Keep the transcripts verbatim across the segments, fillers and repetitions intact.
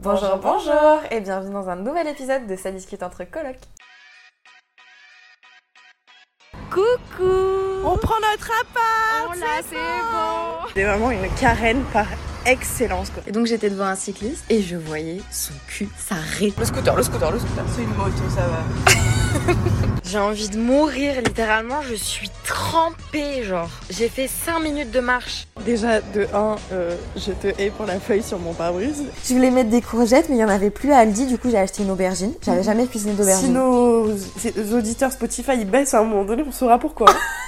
Bonjour, bonjour et bienvenue dans un nouvel épisode de Ça discute entre colocs. Coucou! On prend notre appart! Oh là, c'est bon! C'est vraiment une carène par excellence, quoi. Et donc j'étais devant un cycliste et je voyais son cul s'arrêter. Le scooter, le scooter, le scooter. C'est une moto, ça va. J'ai envie de mourir, littéralement, je suis trempée, genre. J'ai fait cinq minutes de marche. Déjà, de un, euh, je te hais pour la feuille sur mon pare-brise. Je voulais mettre des courgettes, mais il n'y en avait plus à Aldi, du coup j'ai acheté une aubergine. J'avais jamais cuisiné d'aubergine. Si nos ces auditeurs Spotify ils baissent à un moment donné, on saura pourquoi.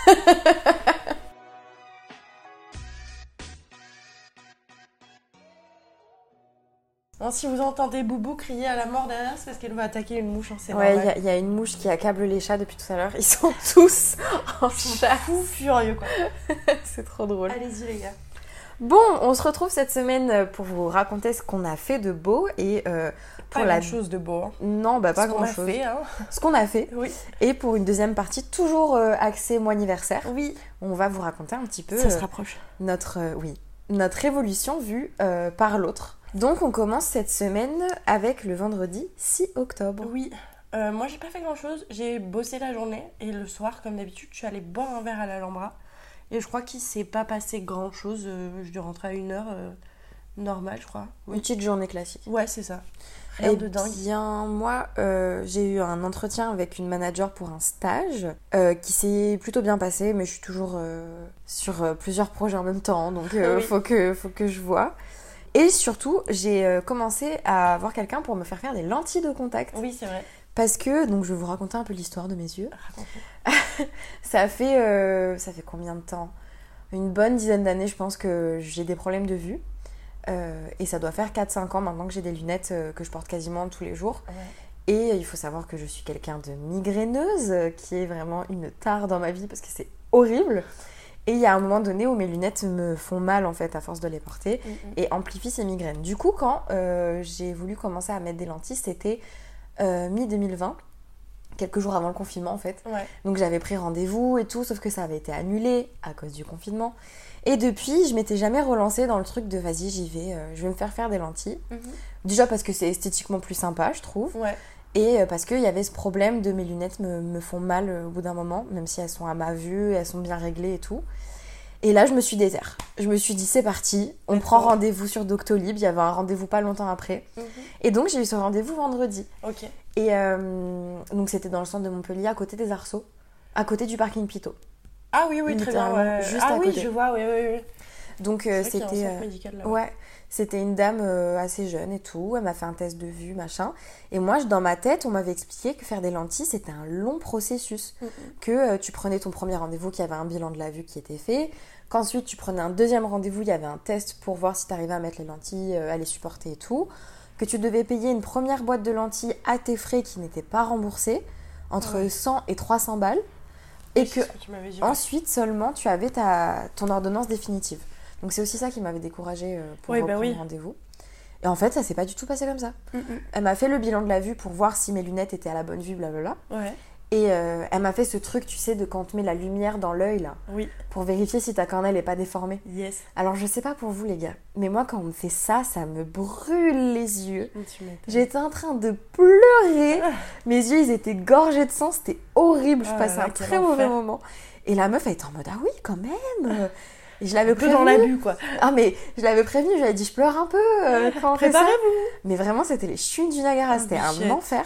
Non, si vous entendez Boubou crier à la mort derrière, c'est parce qu'elle va attaquer une mouche, hein, c'est Ouais, normal. il y, y a une mouche qui accable les chats depuis tout à l'heure. Ils sont tous en chat. Fou furieux, quoi. C'est trop drôle. Allez-y, les gars. Bon, on se retrouve cette semaine pour vous raconter ce qu'on a fait de beau et euh, pour Pas la grand-chose de beau, hein. Non, bah pas Ce qu'on a grand-chose. fait, hein. Ce qu'on a fait. Oui. Et pour une deuxième partie, toujours euh, axée mon anniversaire. Oui. On va vous raconter un petit peu Ça se euh, rapproche. notre, euh, oui, notre évolution vue euh, par l'autre. Donc on commence cette semaine avec le vendredi six octobre. Oui. Euh, moi, j'ai pas fait grand-chose. J'ai bossé la journée et le soir, comme d'habitude, je suis allée boire un verre à l'Alhambra. Et je crois qu'il s'est pas passé grand-chose. Euh, je dû rentrer à une heure euh, normale, je crois. Une petite journée classique. Ouais, c'est ça. Rien Eh de dingue. bien, moi, euh, j'ai eu un entretien avec une manager pour un stage euh, qui s'est plutôt bien passé, mais je suis toujours euh, sur euh, plusieurs projets en même temps, donc euh, Oui. faut que, faut que je vois. Et surtout, j'ai euh, commencé à voir quelqu'un pour me faire faire des lentilles de contact. Oui, c'est vrai. Parce que, donc je vais vous raconter un peu l'histoire de mes yeux. Raconte-nous. Ça fait, euh, ça fait combien de temps ? Une bonne dizaine d'années, je pense que j'ai des problèmes de vue. Euh, et ça doit faire quatre cinq ans maintenant que j'ai des lunettes euh, que je porte quasiment tous les jours. Ouais. Et il faut savoir que je suis quelqu'un de migraineuse, euh, qui est vraiment une tare dans ma vie parce que c'est horrible. Et il y a un moment donné où mes lunettes me font mal en fait à force de les porter Mm-mm. et amplifient ces migraines. Du coup, quand euh, j'ai voulu commencer à mettre des lentilles, c'était euh, mi deux mille vingt, quelques jours avant le confinement en fait. Ouais. Donc j'avais pris rendez-vous et tout, sauf que ça avait été annulé à cause du confinement. Et depuis, je m'étais jamais relancée dans le truc de vas-y, j'y vais, euh, je vais me faire faire des lentilles. Mhm. Déjà parce que c'est esthétiquement plus sympa, je trouve. Ouais. Et euh, parce qu'il y avait ce problème de mes lunettes me, me font mal euh, au bout d'un moment, même si elles sont à ma vue, elles sont bien réglées et tout. Et là, je me suis déterre. Je me suis dit, c'est parti, on D'accord. prend rendez-vous sur Doctolib. Il y avait un rendez-vous pas longtemps après. Mhm. Et donc, j'ai eu ce rendez-vous vendredi. Ok. Et euh, donc, c'était dans le centre de Montpellier, à côté des Arceaux, à côté du parking Pitot. Ah oui, oui, très bien. Littéralement, Ouais. juste ah à oui, côté. je vois, oui, oui, oui. Donc, euh, C'est vrai qu'il y c'était. a un centre euh, médical là. Ouais, c'était une dame euh, assez jeune et tout. Elle m'a fait un test de vue, machin. Et moi, je- dans ma tête, on m'avait expliqué que faire des lentilles, c'était un long processus. Mhm. Que euh, tu prenais ton premier rendez-vous, qu'il y avait un bilan de la vue qui était fait. Qu'ensuite, tu prenais un deuxième rendez-vous, il y avait un test pour voir si tu arrivais à mettre les lentilles, euh, à les supporter et tout. Que tu devais payer une première boîte de lentilles à tes frais qui n'était pas remboursée, entre Ouais. cent et trois cents balles. Et Oui, que c'est ce que tu m'avais dit. ouais. ensuite seulement, tu avais ta, ton ordonnance définitive. Donc c'est aussi ça qui m'avait découragée euh, pour Oui, bah reprendre oui. rendez-vous. Et en fait, ça s'est pas du tout passé comme ça. Mhm. Elle m'a fait le bilan de la vue pour voir si mes lunettes étaient à la bonne vue, blablabla. Ouais. Et euh, elle m'a fait ce truc, tu sais, de quand on te met la lumière dans l'œil, là, Oui. pour vérifier si ta cornée n'est pas déformée. Yes. Alors, je sais pas pour vous, les gars, mais moi, quand on me fait ça, ça me brûle les yeux. Tu m'étonnes. J'étais en train de pleurer. Mes yeux, ils étaient gorgés de sang. C'était horrible. Je Ah passais là un là, quel très mauvais enfer. moment. Et la meuf, elle était en mode, ah oui, quand même. Et je l'avais Un peu prévenue. dans l'abus, quoi. Ah, mais je l'avais prévenue. Je lui avais dit, je pleure un peu euh, quand on fait ça. Préparez-vous. Mais vraiment, c'était les chutes du Niagara. Oh, C'était un bichette. enfer.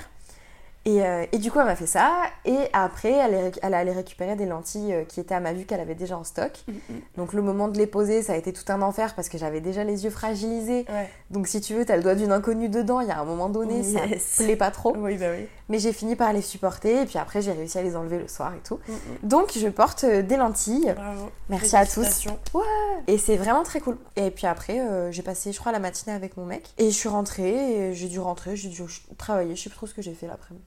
Et, euh, et du coup, elle m'a fait ça. Et après, elle, est- elle allait récupérer des lentilles euh, qui étaient à ma vue, qu'elle avait déjà en stock. Mhm. Donc, le moment de les poser, ça a été tout un enfer parce que j'avais déjà les yeux fragilisés. Ouais. Donc, si tu veux, t'as le doigt d'une inconnue dedans. Il y a un moment donné, Yes. ça plaît pas trop. Oui, bah oui. Mais j'ai fini par les supporter. Et puis après, j'ai réussi à les enlever le soir et tout. Mhm. Donc, je porte euh, des lentilles. Bravo. Merci à tous. Félicitations. Et c'est vraiment très cool. Et puis après, euh, j'ai passé, je crois, la matinée avec mon mec. Et je suis rentrée. Et j'ai dû rentrer. J'ai dû travailler. Je sais plus trop ce que j'ai fait l'après-midi.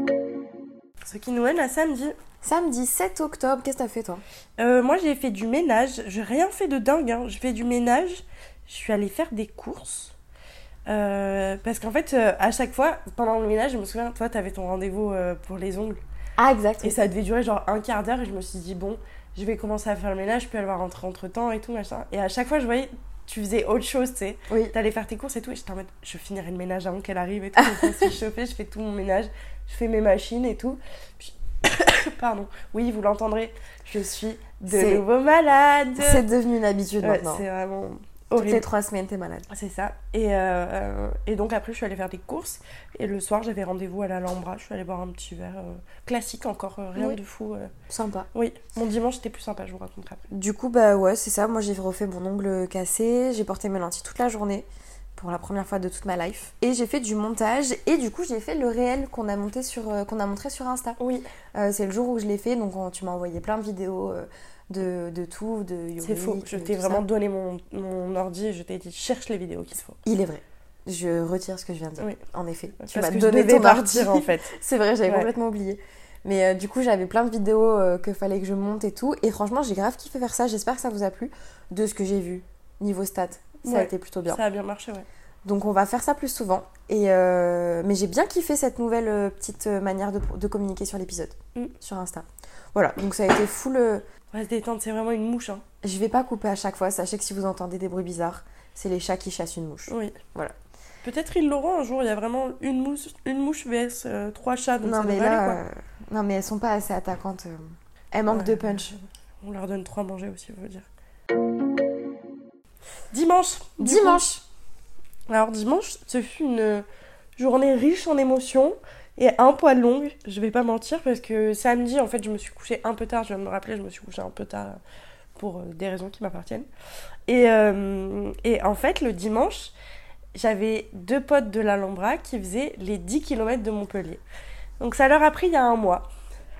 Ce qui nous mène à samedi. Samedi sept octobre, qu'est-ce que t'as fait toi ? Euh, moi, j'ai fait du ménage. J'ai rien fait de dingue. Hein. J'ai fait du ménage. Je suis allée faire des courses. Euh, parce qu'en fait, euh, à chaque fois, pendant le ménage, je me souviens, toi, t'avais ton rendez-vous euh, pour les ongles. Ah, exact. Et ça devait durer genre un quart d'heure. Et je me suis dit, bon, je vais commencer à faire le ménage. Puis elle va rentrer entre temps et tout, machin. Et à chaque fois, je voyais tu faisais autre chose, tu sais. Oui. T'allais faire tes courses et tout, et j'étais en mode, je finirai le ménage avant qu'elle arrive et tout. Donc, je suis chauffée, je fais tout mon ménage, je fais mes machines et tout. Puis, pardon, oui, vous l'entendrez, je suis de C'est- nouveau malade. C'est devenu une habitude Ouais, maintenant. c'est vraiment Toutes horrible. les trois semaines, t'es malade. C'est ça. Et, euh, et donc après, je suis allée faire des courses. Et le soir, j'avais rendez-vous à l'Alhambra. Je suis allée boire un petit verre euh, classique, encore euh, rien Oui. de fou. euh. Sympa. Oui, mon dimanche était plus sympa, je vous raconterai après. Du coup, bah ouais, c'est ça. Moi, j'ai refait mon ongle cassé. J'ai porté mes lentilles toute la journée pour la première fois de toute ma life. Et j'ai fait du montage. Et du coup, j'ai fait le réel qu'on a monté sur, euh, qu'on a montré sur Insta. Oui, Euh, c'est le jour où je l'ai fait. Donc, on- tu m'as envoyé plein de vidéos euh, de, de tout, de Yorick, c'est faux. Je de t'ai tout vraiment ça. donné mon, mon ordi et je t'ai dit cherche les vidéos qu'il faut. Il est vrai. Je retire ce que je viens de dire. Oui. En effet. Tu Parce m'as que donné je devais ton partir ordi. en fait. C'est vrai, j'avais Ouais. complètement oublié. Mais euh, du coup, j'avais plein de vidéos euh, que fallait que je monte et tout. Et franchement, j'ai grave kiffé faire ça. J'espère que ça vous a plu. De ce que j'ai vu, niveau stats, ça a Ouais. été plutôt bien. Ça a bien marché, ouais. Donc on va faire ça plus souvent. Et euh, Mais j'ai bien kiffé cette nouvelle euh, petite euh, manière de, de communiquer sur l'épisode, Mm. sur Insta. Voilà, donc ça a été full... euh, On va se détendre, c'est vraiment une mouche. Hein. Je vais pas couper à chaque fois. Sachez que si vous entendez des bruits bizarres, c'est les chats qui chassent une mouche. Oui. Voilà. Peut-être ils l'auront un jour. Il y a vraiment une mouche, une mouche vs euh, trois chats. Donc Non ça mais devrait là... aller, quoi. euh, Non mais elles sont pas assez attaquantes. euh. Elles manquent Ouais. de punch. On leur donne trois à manger aussi, je veux dire. Dimanche. du Dimanche. coup. Alors dimanche, ce fut une journée riche en émotions et un poil longue. Je vais pas mentir parce que samedi, en fait, je me suis couchée un peu tard. Je viens de me rappeler, je me suis couchée un peu tard pour euh, des raisons qui m'appartiennent. Et, euh, et en fait, le dimanche, j'avais deux potes de l'Alhambra qui faisaient les dix kilomètres de Montpellier. Donc ça leur a pris il y a un mois.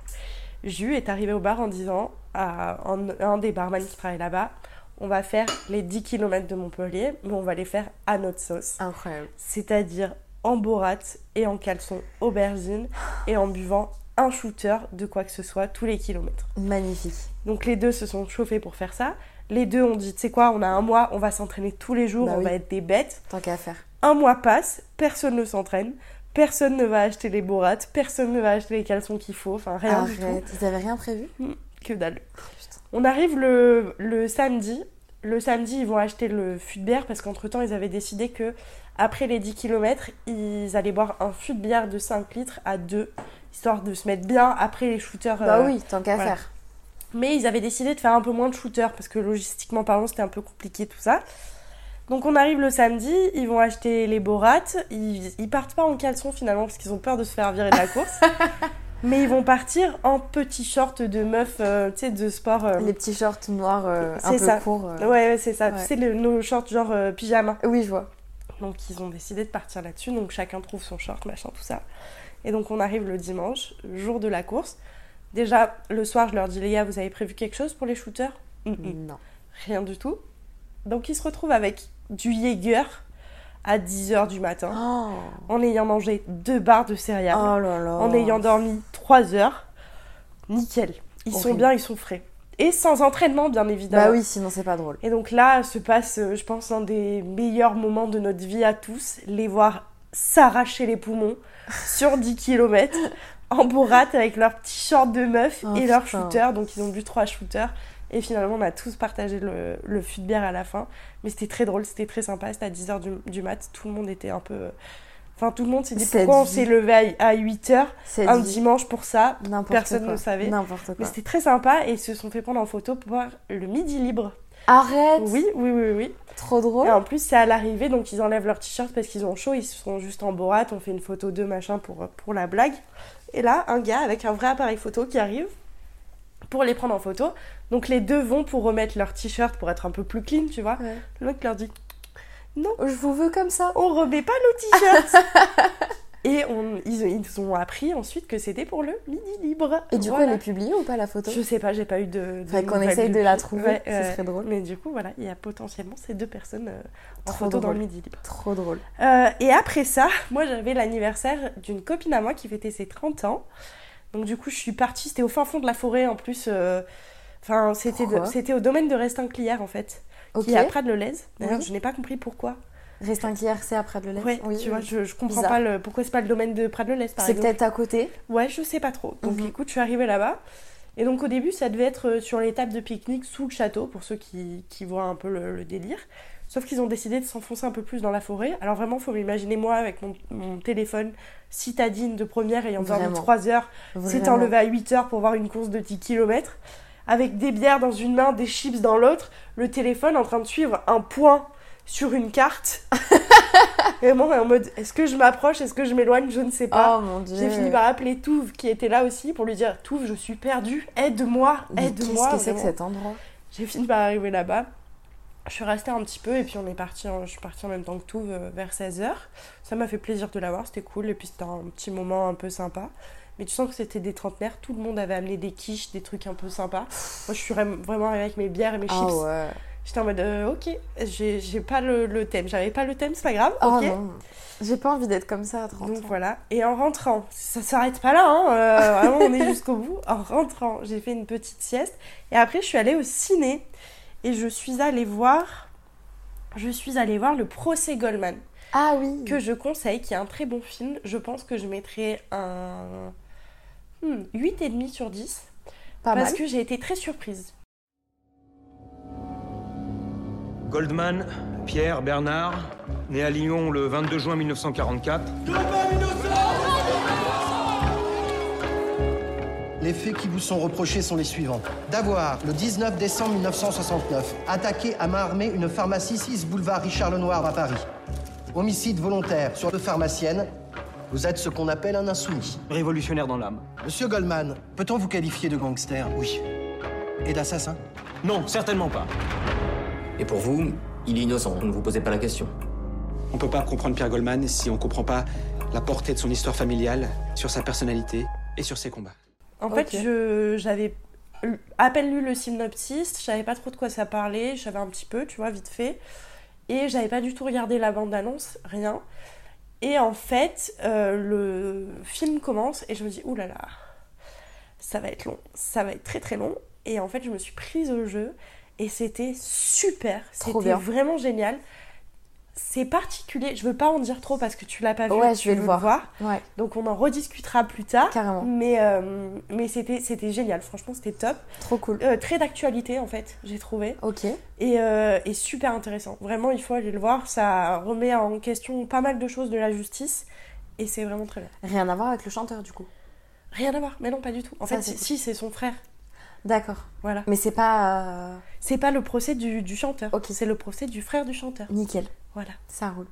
Jus est arrivé au bar en disant à un, un des barman qui travaille là-bas, on va faire les dix kilomètres de Montpellier, mais on va les faire à notre sauce. Incroyable. C'est-à-dire en bourrate et en caleçon aubergine et en buvant un shooter de quoi que ce soit tous les kilomètres. Magnifique. Donc les deux se sont chauffés pour faire ça. Les deux ont dit, tu sais quoi, on a un mois, on va s'entraîner tous les jours, Bah on oui. va être des bêtes. Tant qu'à faire. Un mois passe, personne ne s'entraîne, personne ne va acheter les bourrates, personne ne va acheter les caleçons qu'il faut, enfin rien du tout. Arrête. Ils avaient rien prévu? Que dalle. Putain. On arrive le, le samedi. Le samedi, ils vont acheter le fût de bière parce qu'entre-temps, ils avaient décidé que après les dix kilomètres, ils allaient boire un fût de bière de cinq litres à deux, histoire de se mettre bien après les shooters. Bah euh, oui, tant qu'à voilà. faire. Mais ils avaient décidé de faire un peu moins de shooters parce que logistiquement parlant, c'était un peu compliqué tout ça. Donc on arrive le samedi, ils vont acheter les borates. Ils, ils partent pas en caleçon finalement parce qu'ils ont peur de se faire virer de la course. Mais ils vont partir en petits shorts de meufs, euh, tu sais, de sport. euh. Les petits shorts noirs euh, un C'est peu ça. courts. euh. Ouais, ouais, c'est ça. Ouais. Tu sais, le- nos shorts genre euh, pyjama. Oui, je vois. Donc ils ont décidé de partir là-dessus. Donc chacun trouve son short, machin, tout ça. Et donc on arrive le dimanche, jour de la course. Déjà, le soir, je leur dis, les gars, vous avez prévu quelque chose pour les shooters? Mm, mm. Non. Rien du tout. Donc ils se retrouvent avec du Jaeger à dix heures du matin, Oh, en ayant mangé deux barres de céréales, oh là là. en ayant dormi trois heures. Nickel. Ils sont Horrible. bien, ils sont frais. Et sans entraînement, bien évidemment. Bah oui, sinon c'est pas drôle. Et donc là se passe, euh, je pense, un des meilleurs moments de notre vie à tous, les voir s'arracher les poumons sur dix kilomètres en bourrate avec leurs petits shorts de meuf Oh, et leurs putain. shooters. Donc ils ont bu trois shooters. Et finalement, on a tous partagé le, le fût de bière à la fin. Mais c'était très drôle, c'était très sympa. C'était à dix heures du, du mat. Tout le monde était un peu... Enfin, tout le monde s'est dit Cette pourquoi on vie. s'est levé à, à huit heures C'est un dit dimanche pour ça. n'importe personne quoi. ne savait. N'importe Mais quoi. c'était très sympa et ils se sont fait prendre en photo pour voir le midi libre. Arrête. Oui, oui, oui, oui. Trop drôle. Et en plus, c'est à l'arrivée, donc ils enlèvent leur t-shirt parce qu'ils ont chaud, ils sont juste en bourrate, on fait une photo d'eux, machin, pour, pour la blague. Et là, un gars avec un vrai appareil photo qui arrive pour les prendre en photo. Donc les deux vont pour remettre leur t-shirt pour être un peu plus clean, tu vois. Ouais. Le mec leur dit, non, Je vous veux comme ça. on remet pas nos t-shirts. Et on, ils, ils ont appris ensuite que c'était pour le midi libre. Et du Voilà. coup, elle est publiée ou pas la photo? Je sais pas, j'ai pas eu de. de Faudrait qu'on nouvelles essaye de depuis. la trouver, Ouais, ce ouais. serait drôle. Mais du coup, voilà, il y a potentiellement ces deux personnes euh, en Trop photo dans drôle. le midi libre. Trop drôle. Euh, et après ça, moi j'avais l'anniversaire d'une copine à moi qui fêtait ses trente ans. Donc du coup, je suis partie, c'était au fin fond de la forêt en plus. euh, Enfin, c'était, de- Pourquoi c'était au domaine de Restinclière en fait, Ok. qui est à Prades-le-Lez. D'ailleurs, Oui. je n'ai pas compris pourquoi. Restinquière, c'est après de l'Est. Ouais, Oui, tu oui. vois, je, je comprends Bizarre. pas le, pourquoi c'est pas le domaine de Prades-le-Lez par C'est exemple. peut-être à côté. Ouais, je sais pas trop. Donc Mhm. écoute, je suis arrivée là-bas. Et donc au début, ça devait être euh, sur les tables de pique-nique sous le château, pour ceux qui, qui voient un peu le, le délire. Sauf qu'ils ont décidé de s'enfoncer un peu plus dans la forêt. Alors vraiment, il faut m'imaginer moi avec mon, mon téléphone citadine de première ayant dormi Vraiment. trois heures, s'étant levé à huit heures pour voir une course de dix kilomètres, avec des bières dans une main, des chips dans l'autre, le téléphone en train de suivre un point sur une carte. Et moi en mode, est-ce que je m'approche, est-ce que je m'éloigne, je ne sais pas. Oh mon Dieu. J'ai fini par appeler Touve qui était là aussi pour lui dire, Touve, je suis perdue, aide-moi, Mais aide-moi. qu'est-ce que c'est que vraiment. cet endroit? J'ai fini par arriver là-bas. Je suis restée un petit peu et puis on est parti, je suis partie en même temps que Touve euh, vers seize heures. Ça m'a fait plaisir de la voir, c'était cool et puis c'était un petit moment un peu sympa. Mais tu sens que c'était des trentenaires, tout le monde avait amené des quiches, des trucs un peu sympas. Moi je suis vraiment arrivée avec mes bières et mes Ah chips. ouais. J'étais en mode euh, ok, j'ai, j'ai pas le, le thème, j'avais pas le thème, c'est pas grave. Oh ok. non. J'ai pas envie d'être comme ça à trente Donc ans. voilà, et en rentrant, ça s'arrête pas là, hein, euh, vraiment on est jusqu'au bout. En rentrant, j'ai fait une petite sieste et après je suis allée au ciné et je suis allée voir, je suis allée voir le procès Goldman Ah oui. que je conseille, qui est un très bon film. Je pense que je mettrai un hmm, huit virgule cinq sur dix Pas parce mal. que j'ai été très surprise. Goldman, Pierre Bernard, né à Lyon le vingt-deux juin mille neuf cent quarante-quatre. Les faits qui vous sont reprochés sont les suivants. D'avoir, le dix-neuf décembre mille neuf cent soixante-neuf, attaqué à main armée une pharmacie six boulevard Richard Lenoir à Paris. Homicide volontaire sur deux pharmaciennes. Vous êtes ce qu'on appelle un insoumis. Révolutionnaire dans l'âme. Monsieur Goldman, peut-on vous qualifier de gangster? Oui. Et d'assassin? Non, certainement pas. Et pour vous, il est innocent, ne vous posez pas la question. On peut pas comprendre Pierre Goldman si on comprend pas la portée de son histoire familiale, sur sa personnalité et sur ses combats. En Ok. fait, je, j'avais à peine lu le synopsis, je savais pas trop de quoi ça parlait, je savais un petit peu, tu vois, vite fait. Et j'avais pas du tout regardé la bande-annonce, rien. Et en fait, euh, le film commence et je me dis, oulala, ça va être long, ça va être très très long. Et en fait, je me suis prise au jeu et c'était super, Trop c'était bien. vraiment génial. C'est particulier, je veux pas en dire trop parce que tu l'as pas vu, Ouais, tu je vais le veux voir. Ouais, donc on en rediscutera plus tard. carrément. Mais, euh, mais c'était, c'était génial, franchement c'était top. Trop cool. Euh, très d'actualité en fait, j'ai trouvé. Ok. Et, euh, et super intéressant. Vraiment, il faut aller le voir. Ça remet en question pas mal de choses de la justice. Et c'est vraiment très bien. Rien à voir avec le chanteur du coup. Rien à voir, mais non, pas du tout. En Ça, fait, c'est si, cool. si, c'est son frère. D'accord. Voilà. Mais c'est pas... euh, C'est pas le procès du, du chanteur. Ok. C'est le procès du frère du chanteur. Nickel. Voilà. Ça roule.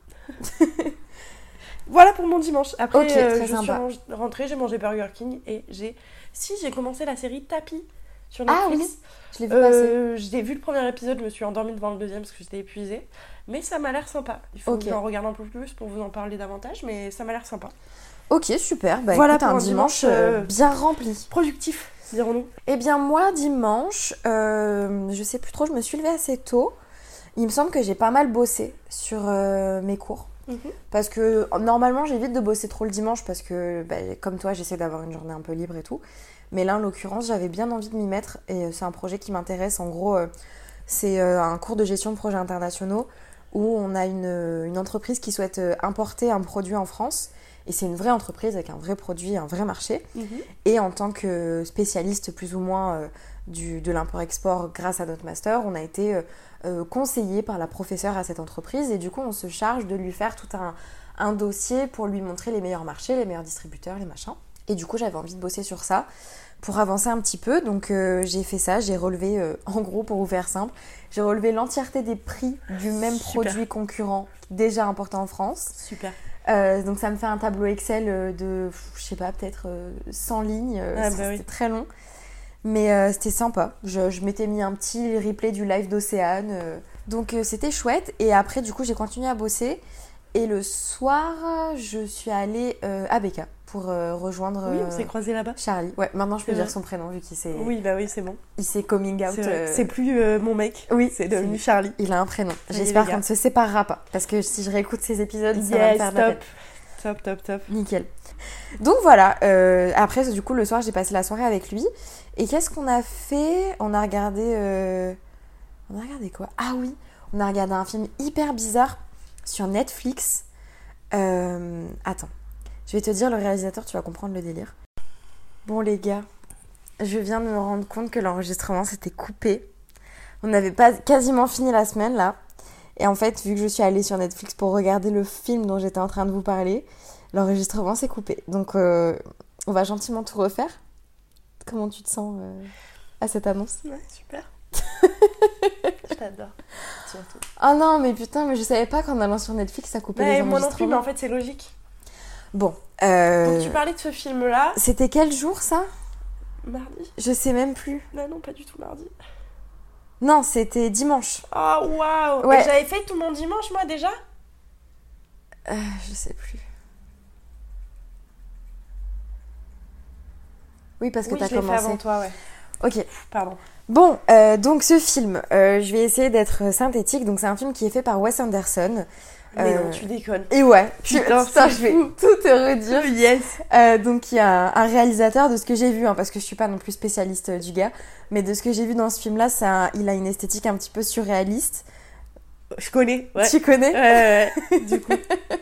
Voilà pour mon dimanche. Après, Ok, euh, très je sympa. suis mange- rentrée, j'ai mangé Burger King et j'ai... Si, j'ai commencé la série Tapis sur Ah Netflix. Je l'ai vu passer. Euh, j'ai vu le premier épisode, je me suis endormie devant le deuxième parce que j'étais épuisée. Mais ça m'a l'air sympa. Il faut Ok. que j'en regarde un peu plus pour vous en parler davantage, mais ça m'a l'air sympa. Ok, super. Bah Voilà écoute, pour un un dimanche, dimanche, euh, euh, bien rempli. Productif, dirons-nous. Eh bien moi, dimanche, euh, je sais plus trop, je me suis levée assez tôt. Il me semble que j'ai pas mal bossé sur euh, mes cours. Mhm. Parce que normalement, j'évite de bosser trop le dimanche parce que, bah, comme toi, j'essaie d'avoir une journée un peu libre et tout. Mais là, en l'occurrence, j'avais bien envie de m'y mettre et euh, c'est un projet qui m'intéresse. En gros, euh, c'est euh, un cours de gestion de projets internationaux où on a une, une entreprise qui souhaite euh, importer un produit en France. Et c'est une vraie entreprise avec un vrai produit, un vrai marché. Mhm. Et en tant que spécialiste plus ou moins euh, du, de l'import-export grâce à notre master, on a été euh, euh, conseillé par la professeure à cette entreprise et du coup on se charge de lui faire tout un, un dossier pour lui montrer les meilleurs marchés, les meilleurs distributeurs, les machins. Et du coup j'avais envie de bosser sur ça pour avancer un petit peu, donc euh, j'ai fait ça, j'ai relevé, euh, en gros pour vous faire simple, j'ai relevé l'entièreté des prix du même Super. produit concurrent déjà importé en France. Super. Euh, donc ça me fait un tableau Excel euh, de, pff, je sais pas, peut-être euh, cent lignes. euh, Ah ça, bah c'était oui. très long. Mais euh, c'était sympa. Je, je m'étais mis un petit replay du live d'Océane. euh. Donc euh, c'était chouette. Et après, du coup, j'ai continué à bosser. Et le soir, je suis allée euh, à Becca pour euh, rejoindre Oui, euh, on s'est croisés là-bas. Charlie. Ouais, maintenant je peux C'est dire vrai. son prénom vu qu'il s'est, Oui, bah oui, c'est bon. il s'est coming out. C'est, vrai. euh, C'est plus euh, mon mec. Oui, C'est devenu c'est- Charlie. Il a un prénom. Ça y est, J'espère les qu'on gars. ne se séparera pas. Parce que si je réécoute ces épisodes, ça va me Yes, faire de la top. peine. Top, top, top. Nickel. Donc voilà, euh, après du coup le soir j'ai passé la soirée avec lui. Et qu'est-ce qu'on a fait? On a regardé... euh, On a regardé quoi? Ah oui, on a regardé un film hyper bizarre sur Netflix. Euh, Attends, je vais te dire le réalisateur, tu vas comprendre le délire. Bon les gars, je viens de me rendre compte que l'enregistrement s'était coupé. On n'avait pas quasiment fini la semaine là. Et en fait, vu que je suis allée sur Netflix pour regarder le film dont j'étais en train de vous parler, l'enregistrement s'est coupé. Donc, euh, on va gentiment tout refaire. Comment tu te sens euh, à cette annonce? Ouais, super. Je t'adore. Surtout. Oh non, mais putain, mais je savais pas qu'en allant sur Netflix, ça coupait Ouais, les moi non plus, mais enregistrements. en fait, c'est logique. Bon. Euh... Donc, tu parlais de ce film-là. C'était quel jour, ça? Mardi? Je sais même plus. Non, non, pas du tout mardi. Non, c'était dimanche. Oh, waouh! Ouais. Et j'avais fait tout mon dimanche, moi, déjà? Euh, je sais plus. Oui, parce que Oui, t'as je l'ai commencé. fait avant toi, ouais. Ok. Pardon. Bon, euh, donc ce film, euh, je vais essayer d'être synthétique. Donc c'est un film qui est fait par Wes Anderson. Mais Euh, non, tu déconnes. Et ouais, je, Putain, ça, c'est je vais fou. tout te redire. Yes! Euh, donc il y a un, un réalisateur, de ce que j'ai vu, hein, parce que je suis pas non plus spécialiste euh, du gars, mais de ce que j'ai vu dans ce film-là, c'est un- il a une esthétique un petit peu surréaliste. Je connais, ouais. Tu connais? Ouais, ouais, du coup.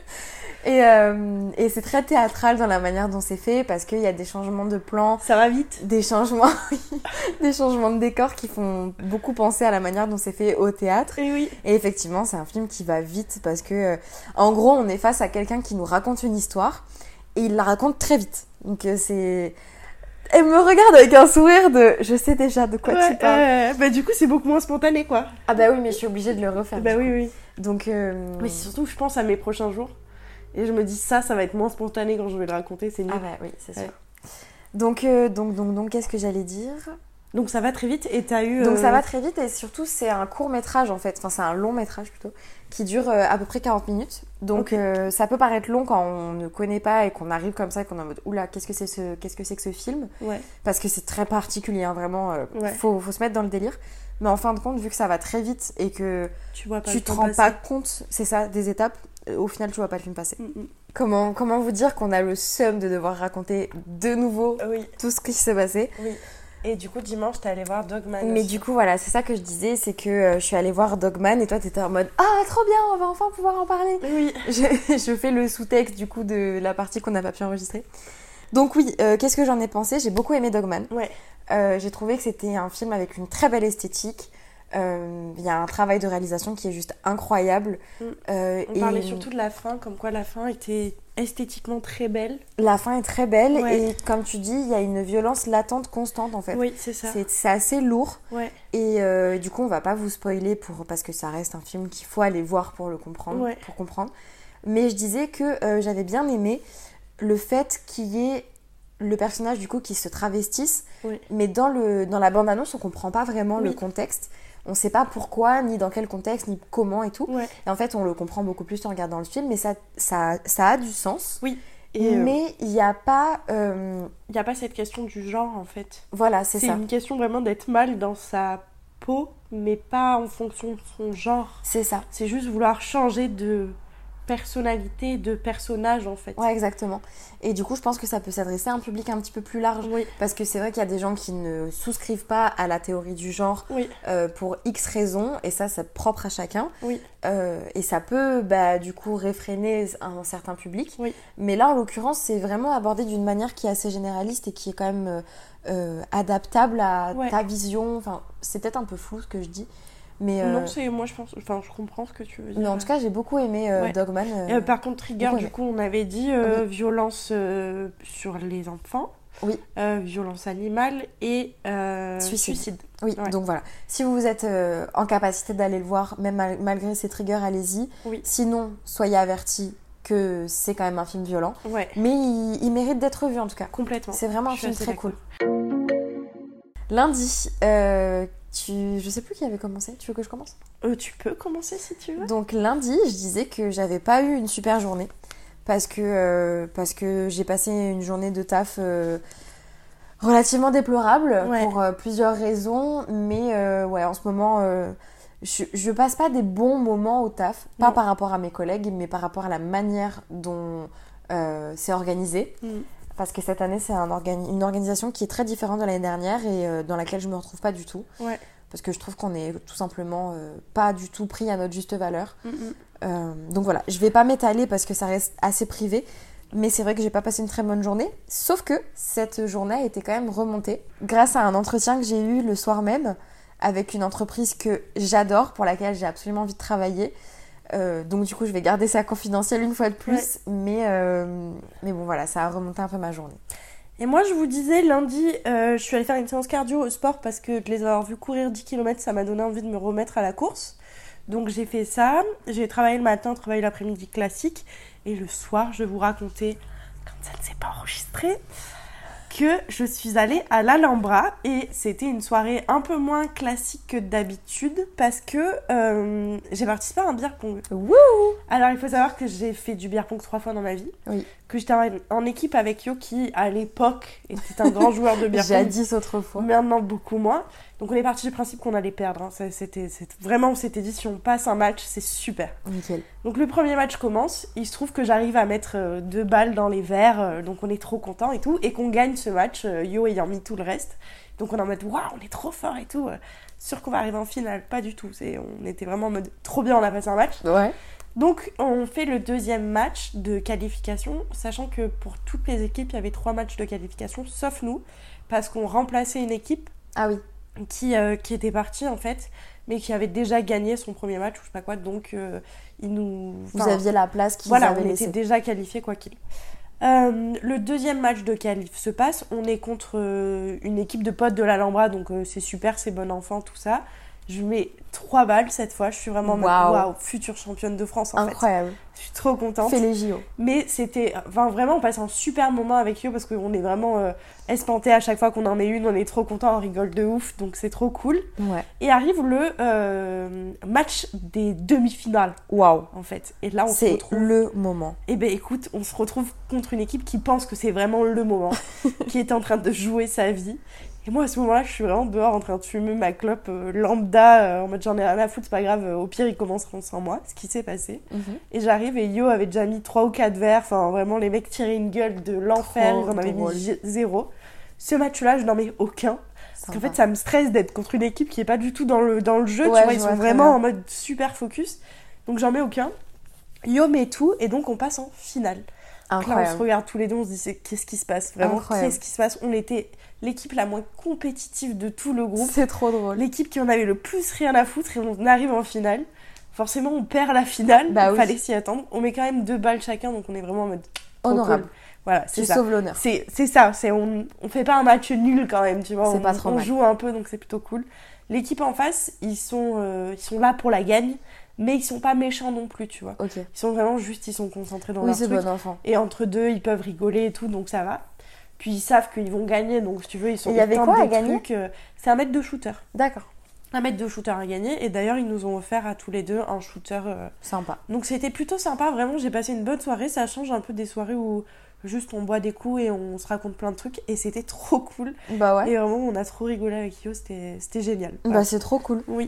Et, euh, et c'est très théâtral dans la manière dont c'est fait, parce qu'il y a des changements de plans, Ça va vite. des changements, des changements de décor qui font beaucoup penser à la manière dont c'est fait au théâtre. Et oui. Et effectivement, c'est un film qui va vite parce que, euh, en gros, on est face à quelqu'un qui nous raconte une histoire et il la raconte très vite. Donc euh, c'est... Elle me regarde avec un sourire de... Je sais déjà de quoi Ouais, tu parles. euh, bah, du coup, c'est beaucoup moins spontané, quoi. Ah bah oui, mais je suis obligée de le refaire. Bah du oui, coup. oui. Donc... euh, Mais c'est surtout, je pense à mes prochains jours. Et je me dis, ça, ça va être moins spontané quand je vais le raconter, c'est nul. Ah bah oui, c'est sûr. Ouais. Donc, euh, donc, donc, donc, qu'est-ce que j'allais dire? Donc ça va très vite et t'as eu... Donc euh, ça va très vite et surtout c'est un court métrage en fait, enfin c'est un long métrage plutôt, qui dure euh, à peu près quarante minutes. Donc Ok. euh, ça peut paraître long quand on ne connaît pas et qu'on arrive comme ça et qu'on est en mode oula, qu'est-ce que c'est ce, qu'est-ce que c'est que ce film? Ouais. Parce que c'est très particulier, hein, vraiment, euh, Ouais. faut, faut se mettre dans le délire. Mais en fin de compte, vu que ça va très vite et que Tu vois pas tu le te temps rends passer. pas compte, c'est ça, des étapes, euh, au final tu vois pas le film passer. Mm, mm. Comment, comment vous dire qu'on a le seum de devoir raconter de nouveau Oui, tout ce qui s'est passé? oui. Et du coup, dimanche, t'es allée voir Dogman Mais aussi. du coup, voilà, c'est ça que je disais, c'est que euh, je suis allée voir Dogman et toi, t'étais en mode « Ah, trop bien, on va enfin pouvoir en parler !» Oui. je, je fais le sous-texte, du coup, de la partie qu'on n'a pas pu enregistrer. Donc oui, euh, qu'est-ce que j'en ai pensé? J'ai beaucoup aimé Dogman. Ouais. Euh, j'ai trouvé que c'était un film avec une très belle esthétique. Euh, Il y a un travail de réalisation qui est juste incroyable. Mm. Euh, On et parlait surtout de la fin, comme quoi la fin était esthétiquement très belle. la fin est très belle Ouais. et comme tu dis, il y a une violence latente constante en fait. Oui, c'est ça. C'est c'est assez lourd. Ouais. Et euh, du coup, on va pas vous spoiler pour, parce que ça reste un film qu'il faut aller voir pour le comprendre, Ouais. pour comprendre. Mais je disais que euh, j'avais bien aimé le fait qu'il y ait le personnage du coup qui se travestisse, Oui. mais dans, le, dans la bande-annonce, on comprend pas vraiment le Oui. contexte. On sait pas pourquoi, ni dans quel contexte, ni comment et tout. Ouais. Et en fait, on le comprend beaucoup plus en regardant le film, mais ça, ça, ça a du sens. Oui. Et euh, Mais il n'y a pas... euh, il n'y a pas cette question du genre, en fait. voilà, c'est C'est ça. une question vraiment d'être mal dans sa peau, mais pas en fonction de son genre. C'est ça. C'est juste vouloir changer de personnalité, de personnage, en fait. Ouais, exactement. Et du coup, je pense que ça peut s'adresser à un public un petit peu plus large. Oui. Parce que c'est vrai qu'il y a des gens qui ne souscrivent pas à la théorie du genre Oui. euh, pour X raisons, et ça, c'est propre à chacun. Oui. Euh, et ça peut, bah, du coup, réfréner un certain public. Oui. Mais là, en l'occurrence, c'est vraiment abordé d'une manière qui est assez généraliste et qui est quand même euh, euh, adaptable à Ouais. ta vision. Enfin, c'est peut-être un peu flou ce que je dis. Mais, euh, Non, c'est moi, je pense... Enfin, je comprends ce que tu veux dire. mais en tout cas, j'ai beaucoup aimé euh, Ouais. Dogman. euh, Euh, par contre, Trigger, beaucoup du aimé. coup, on avait dit euh, Oui. violence euh, sur les enfants, Oui. euh, violence animale et euh, Suicide. suicide. Oui, Ouais. donc voilà. Si vous êtes euh, en capacité d'aller le voir, même mal- malgré ces triggers, allez-y. Oui. Sinon, soyez avertis que c'est quand même un film violent. Ouais, Mais il, il mérite d'être vu en tout cas. complètement. C'est vraiment un Je suis film assez très d'accord. cool. Lundi, euh, tu... je sais plus qui avait commencé. Tu veux que je commence? Euh, tu peux commencer si tu veux. Donc lundi, je disais que j'avais pas eu une super journée. Parce que, euh, parce que j'ai passé une journée de taf euh, relativement déplorable Ouais. pour euh, plusieurs raisons. Mais euh, ouais, en ce moment, euh, je, je passe pas des bons moments au taf. Pas Non. par rapport à mes collègues, mais par rapport à la manière dont euh, c'est organisé. Mm. Parce que cette année, c'est un organi- une organisation qui est très différente de l'année dernière et euh, dans laquelle je me retrouve pas du tout. Ouais. Parce que je trouve qu'on est tout simplement euh, pas du tout pris à notre juste valeur. Mm, mm. Euh, donc voilà, je vais pas m'étaler parce que ça reste assez privé, mais c'est vrai que j'ai pas passé une très bonne journée. Sauf que cette journée a été quand même remontée grâce à un entretien que j'ai eu le soir même avec une entreprise que j'adore, pour laquelle j'ai absolument envie de travailler. Euh, donc du coup, je vais garder ça confidentiel une fois de plus. Ouais. Mais, euh, mais bon, voilà, ça a remonté un peu ma journée. Et moi, je vous disais, lundi, euh, je suis allée faire une séance cardio au sport parce que de les avoir vus courir dix kilomètres, ça m'a donné envie de me remettre à la course. Donc j'ai fait ça, j'ai travaillé le matin, travaillé l'après-midi classique. Et le soir, je vais vous raconter, quand ça ne s'est pas enregistré, que je suis allée à l'Alhambra et c'était une soirée un peu moins classique que d'habitude parce que euh, j'ai participé à un beer pong. Wouh! Alors il faut savoir que j'ai fait du beer pong trois fois dans ma vie, oui. que j'étais en, en équipe avec Yo qui à l'époque était un grand joueur de beer pong. Jadis autrefois. Maintenant beaucoup moins. Donc on est parti du principe qu'on allait perdre. Hein. Ça, c'était, c'était, vraiment on s'était dit si on passe un match c'est super. Nickel. Donc le premier match commence, il se trouve que j'arrive à mettre euh, deux balles dans les verres, euh, donc on est trop contents et tout, et qu'on gagne ce match, euh, Yo ayant mis tout le reste. Donc on est en mode waouh, on est trop fort et tout, euh, sûr qu'on va arriver en finale, pas du tout. C'est, on était vraiment en mode trop bien, on a passé un match. Ouais. Donc on fait le deuxième match de qualification, sachant que pour toutes les équipes il y avait trois matchs de qualification, sauf nous, parce qu'on remplaçait une équipe. Ah oui. Qui, euh, qui était partie en fait, mais qui avait déjà gagné son premier match ou je sais pas quoi, donc euh, ils nous... Vous aviez la place qu'ils voilà, avaient on laissée. était déjà qualifiés quoi qu'il. Euh, le deuxième match de qualif se passe, on est contre euh, une équipe de potes de l'Alhambra, donc euh, c'est super, c'est bon enfant, tout ça. Je mets trois balles cette fois, je suis vraiment waouh, wow, future championne de France en Incroyable. fait. Incroyable. Je suis trop contente. Fais les J O. Mais c'était, enfin vraiment, on passe un super moment avec Yo parce qu'on est vraiment euh, espantés à chaque fois qu'on en met une, on est trop contents, on rigole de ouf, donc c'est trop cool. Ouais. Et arrive le euh, match des demi-finales. Waouh. En fait. Et là, on c'est se retrouve. C'est le moment. Et ben écoute, on se retrouve contre une équipe qui pense que c'est vraiment le moment, qui est en train de jouer sa vie. Et moi, à ce moment-là, je suis vraiment dehors en train de fumer ma clope euh, lambda, euh, en mode j'en ai rien à foutre, c'est pas grave, euh, au pire, ils commenceront sans moi, ce qui s'est passé. Mm-hmm. Et j'arrive et Yo avait déjà mis trois ou quatre verres, enfin vraiment, les mecs tiraient une gueule de l'enfer, ils en avaient mis g- zéro. Ce match-là, je n'en mets aucun. Parce qu'en fait, ça me stresse d'être contre une équipe qui est pas du tout dans le, dans le jeu, ouais, tu vois, ils vois sont vraiment bien. En mode super focus. Donc j'en mets aucun. Yo met tout, et donc on passe en finale. Incroyable. Là, on se regarde tous les deux, on se dit c'est, qu'est-ce qui se passe vraiment, Incroyable. Qu'est-ce qui se passe. On était l'équipe la moins compétitive de tout le groupe. C'est trop drôle. L'équipe qui en avait le plus rien à foutre et on arrive en finale. Forcément, on perd la finale. Bah il oui. fallait s'y attendre. On met quand même deux balles chacun, donc on est vraiment en mode honorable. Cool. Voilà, c'est tu ça. sauves l'honneur. C'est, c'est ça. C'est, on, on fait pas un match nul quand même, tu vois. C'est on, pas trop on mal. joue un peu, donc c'est plutôt cool. L'équipe en face, ils sont, euh, ils sont là pour la gagne. Mais ils sont pas méchants non plus, tu vois. Okay. Ils sont vraiment juste, ils sont concentrés dans oui, leur c'est truc. Bon enfant. Et entre deux, ils peuvent rigoler et tout, donc ça va. Puis ils savent qu'ils vont gagner, donc si tu veux, ils sont... Il y avait quoi à gagner trucs, euh, c'est un mètre de shooter. D'accord. Un mètre de shooter à gagner. Et d'ailleurs, ils nous ont offert à tous les deux un shooter... Euh... Sympa. Donc c'était plutôt sympa, vraiment, j'ai passé une bonne soirée. Ça change un peu des soirées où juste on boit des coups et on se raconte plein de trucs. Et c'était trop cool. Bah ouais. Et vraiment, on a trop rigolé avec Yo, c'était, c'était génial. Bah voilà. c'est trop cool. Oui.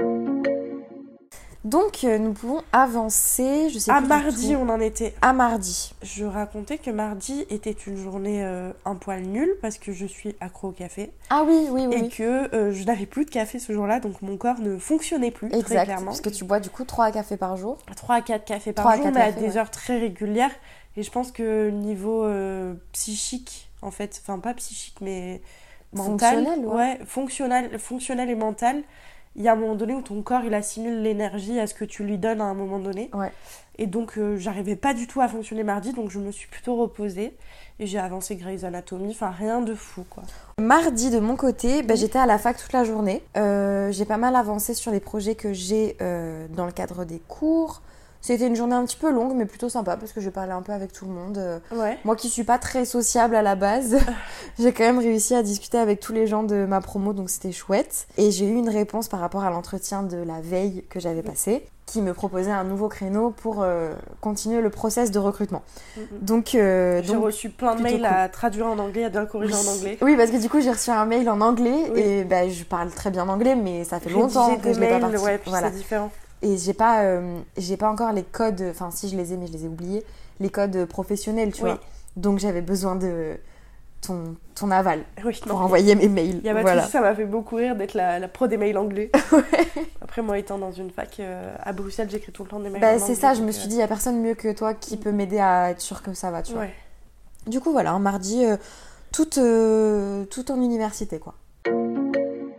Donc, euh, nous pouvons avancer, je sais à plus mardi, du tout. on en était. À mardi. Je racontais que mardi était une journée euh, un poil nulle parce que je suis accro au café. Ah oui, oui, oui. Et oui. que euh, je n'avais plus de café ce jour-là, donc mon corps ne fonctionnait plus, exact, très clairement. Parce que tu bois du coup trois cafés par jour. trois à quatre cafés par trois jour, à quatre mais à cafés, des ouais. heures très régulières. Et je pense que niveau euh, psychique, en fait, enfin pas psychique, mais mental. Fonctionnel, ouais. ouais fonctionnel, fonctionnel et mental. Il y a un moment donné où ton corps, il assimile l'énergie à ce que tu lui donnes à un moment donné. Ouais. Et donc, euh, j'arrivais pas du tout à fonctionner mardi, donc je me suis plutôt reposée. Et j'ai avancé Grey's Anatomy, enfin rien de fou, quoi. Mardi, de mon côté, bah, j'étais à la fac toute la journée. Euh, j'ai pas mal avancé sur les projets que j'ai euh, dans le cadre des cours. C'était une journée un petit peu longue, mais plutôt sympa, parce que je parlais un peu avec tout le monde. Ouais. Moi qui suis pas très sociable à la base, j'ai quand même réussi à discuter avec tous les gens de ma promo, donc c'était chouette. Et j'ai eu une réponse par rapport à l'entretien de la veille que j'avais passé, qui me proposait un nouveau créneau pour euh, continuer le process de recrutement. Mm-hmm. Donc, euh, j'ai donc, reçu plein de mails cool. à traduire en anglais, à bien corriger oui. en anglais. Oui, parce que du coup j'ai reçu un mail en anglais, oui. et bah, je parle très bien anglais, mais ça fait Rédiger longtemps que je l'ai mails, pas parti. Ouais, puis voilà. c'est différent. Et j'ai pas, euh, j'ai pas encore les codes, enfin si je les ai, mais je les ai oubliés, les codes professionnels, tu oui. vois. Donc j'avais besoin de ton, ton aval oui, pour non, envoyer mes mails. Y a pas voilà. de souci, ça m'a fait beaucoup rire d'être la, la pro des mails anglais. ouais. Après, moi étant dans une fac euh, à Bruxelles, j'écris tout le temps des mails bah, en c'est anglais. ça, je me euh... suis dit, il y a personne mieux que toi qui peut m'aider à être sûre que ça va, tu vois. Ouais. Du coup, voilà, un mardi, euh, tout, euh, tout en université, quoi.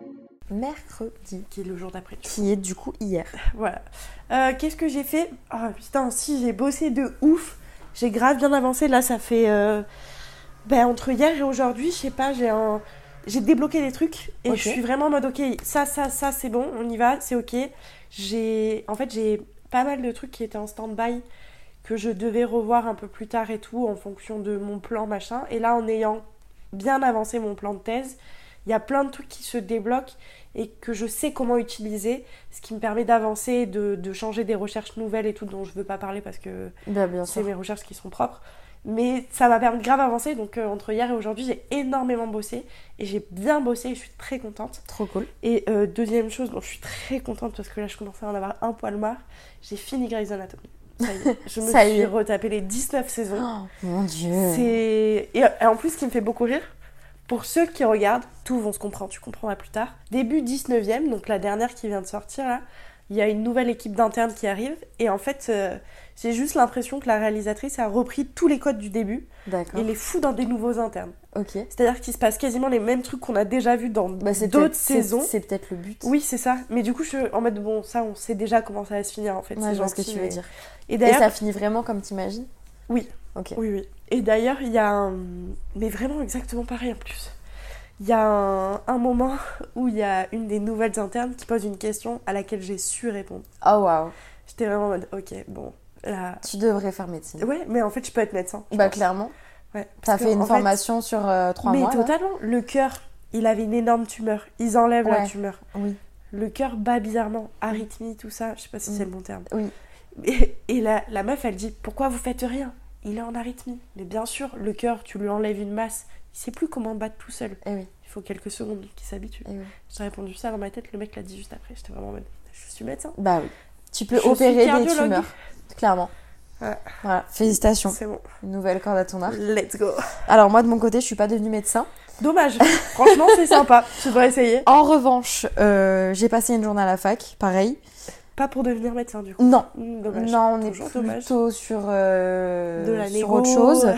mercredi. Qui est le jour d'après. Qui est du coup hier. Voilà. Euh, qu'est-ce que j'ai fait ? Oh putain, si, j'ai bossé de ouf. J'ai grave bien avancé. Là, ça fait... Euh... Ben, entre hier et aujourd'hui, je sais pas, j'ai un... J'ai débloqué des trucs. Et okay. Je suis vraiment en mode, ok, ça, ça, ça, c'est bon, on y va, c'est ok. J'ai... En fait, j'ai pas mal de trucs qui étaient en stand-by que je devais revoir un peu plus tard et tout, en fonction de mon plan, machin. Et là, en ayant bien avancé mon plan de thèse, il y a plein de trucs qui se débloquent et que je sais comment utiliser, ce qui me permet d'avancer, de, de changer des recherches nouvelles et tout, dont je veux pas parler parce que bah, bien c'est sûr. Mes recherches qui sont propres. Mais ça m'a permis de grave avancer, donc euh, entre hier et aujourd'hui, j'ai énormément bossé et j'ai bien bossé et je suis très contente. Trop cool. Et euh, deuxième chose dont je suis très contente parce que là, je commençais à en avoir un poil marre, j'ai fini Grey's Anatomy. Ça y est, je me ça suis y est. retapé les dix-neuf saisons. Oh, mon Dieu. C'est... Et, et en plus, ce qui me fait beaucoup rire, pour ceux qui regardent, tout vont se comprendre, tu comprendras plus tard. Début dix-neuvième, donc la dernière qui vient de sortir là, il y a une nouvelle équipe d'internes qui arrive. Et en fait, euh, j'ai juste l'impression que la réalisatrice a repris tous les codes du début. D'accord. Et les fout dans des nouveaux internes. Ok. C'est-à-dire qu'il se passe quasiment les mêmes trucs qu'on a déjà vus dans bah, c'est d'autres saisons. C'est, c'est peut-être le but. Oui, c'est ça. Mais du coup, je suis en mode, bon, ça, on sait déjà comment ça va se finir en fait. Ouais, c'est je vois gentil, ce que tu mais... veux dire. Et, d'ailleurs... Et ça finit vraiment comme t'imagines ? Oui. Ok. Oui, oui. Et d'ailleurs, il y a un... Mais vraiment exactement pareil en plus. Il y a un, un moment où il y a une des nouvelles internes qui pose une question à laquelle j'ai su répondre. Oh waouh. J'étais vraiment en mode, ok, bon, là... Tu devrais faire médecine. Ouais, mais en fait, je peux être médecin. Bah pense. clairement. Ouais. T'as fait une formation fait... sur euh, trois mais mois. Mais totalement. Là. Le cœur, il avait une énorme tumeur. Ils enlèvent ouais. la tumeur. Oui. Le cœur bat bizarrement. Arythmie, tout ça. Je sais pas si mmh. c'est le bon terme. Oui. Et, et la, la meuf, elle dit, pourquoi vous faites rien ? Il est en arythmie. Mais bien sûr, le cœur, tu lui enlèves une masse. Il sait plus comment battre tout seul. Eh oui. Il faut quelques secondes qu'il s'habitue. Eh oui. J'ai répondu ça dans ma tête, le mec l'a dit juste après. J'étais vraiment en mode, je suis médecin. Bah oui. Tu peux je opérer des tumeurs. Clairement. Ouais. Voilà, félicitations. C'est bon. Une nouvelle corde à ton arc. Let's go. Alors moi de mon côté, je suis pas devenue médecin. Dommage. Franchement, c'est sympa. Tu devrais essayer. En revanche, euh, j'ai passé une journée à la fac, pareil. Pas pour devenir médecin du coup. Non. Mmh, dommage. Non, on est Toujours plutôt dommage. sur, euh, de la sur négo. autre chose.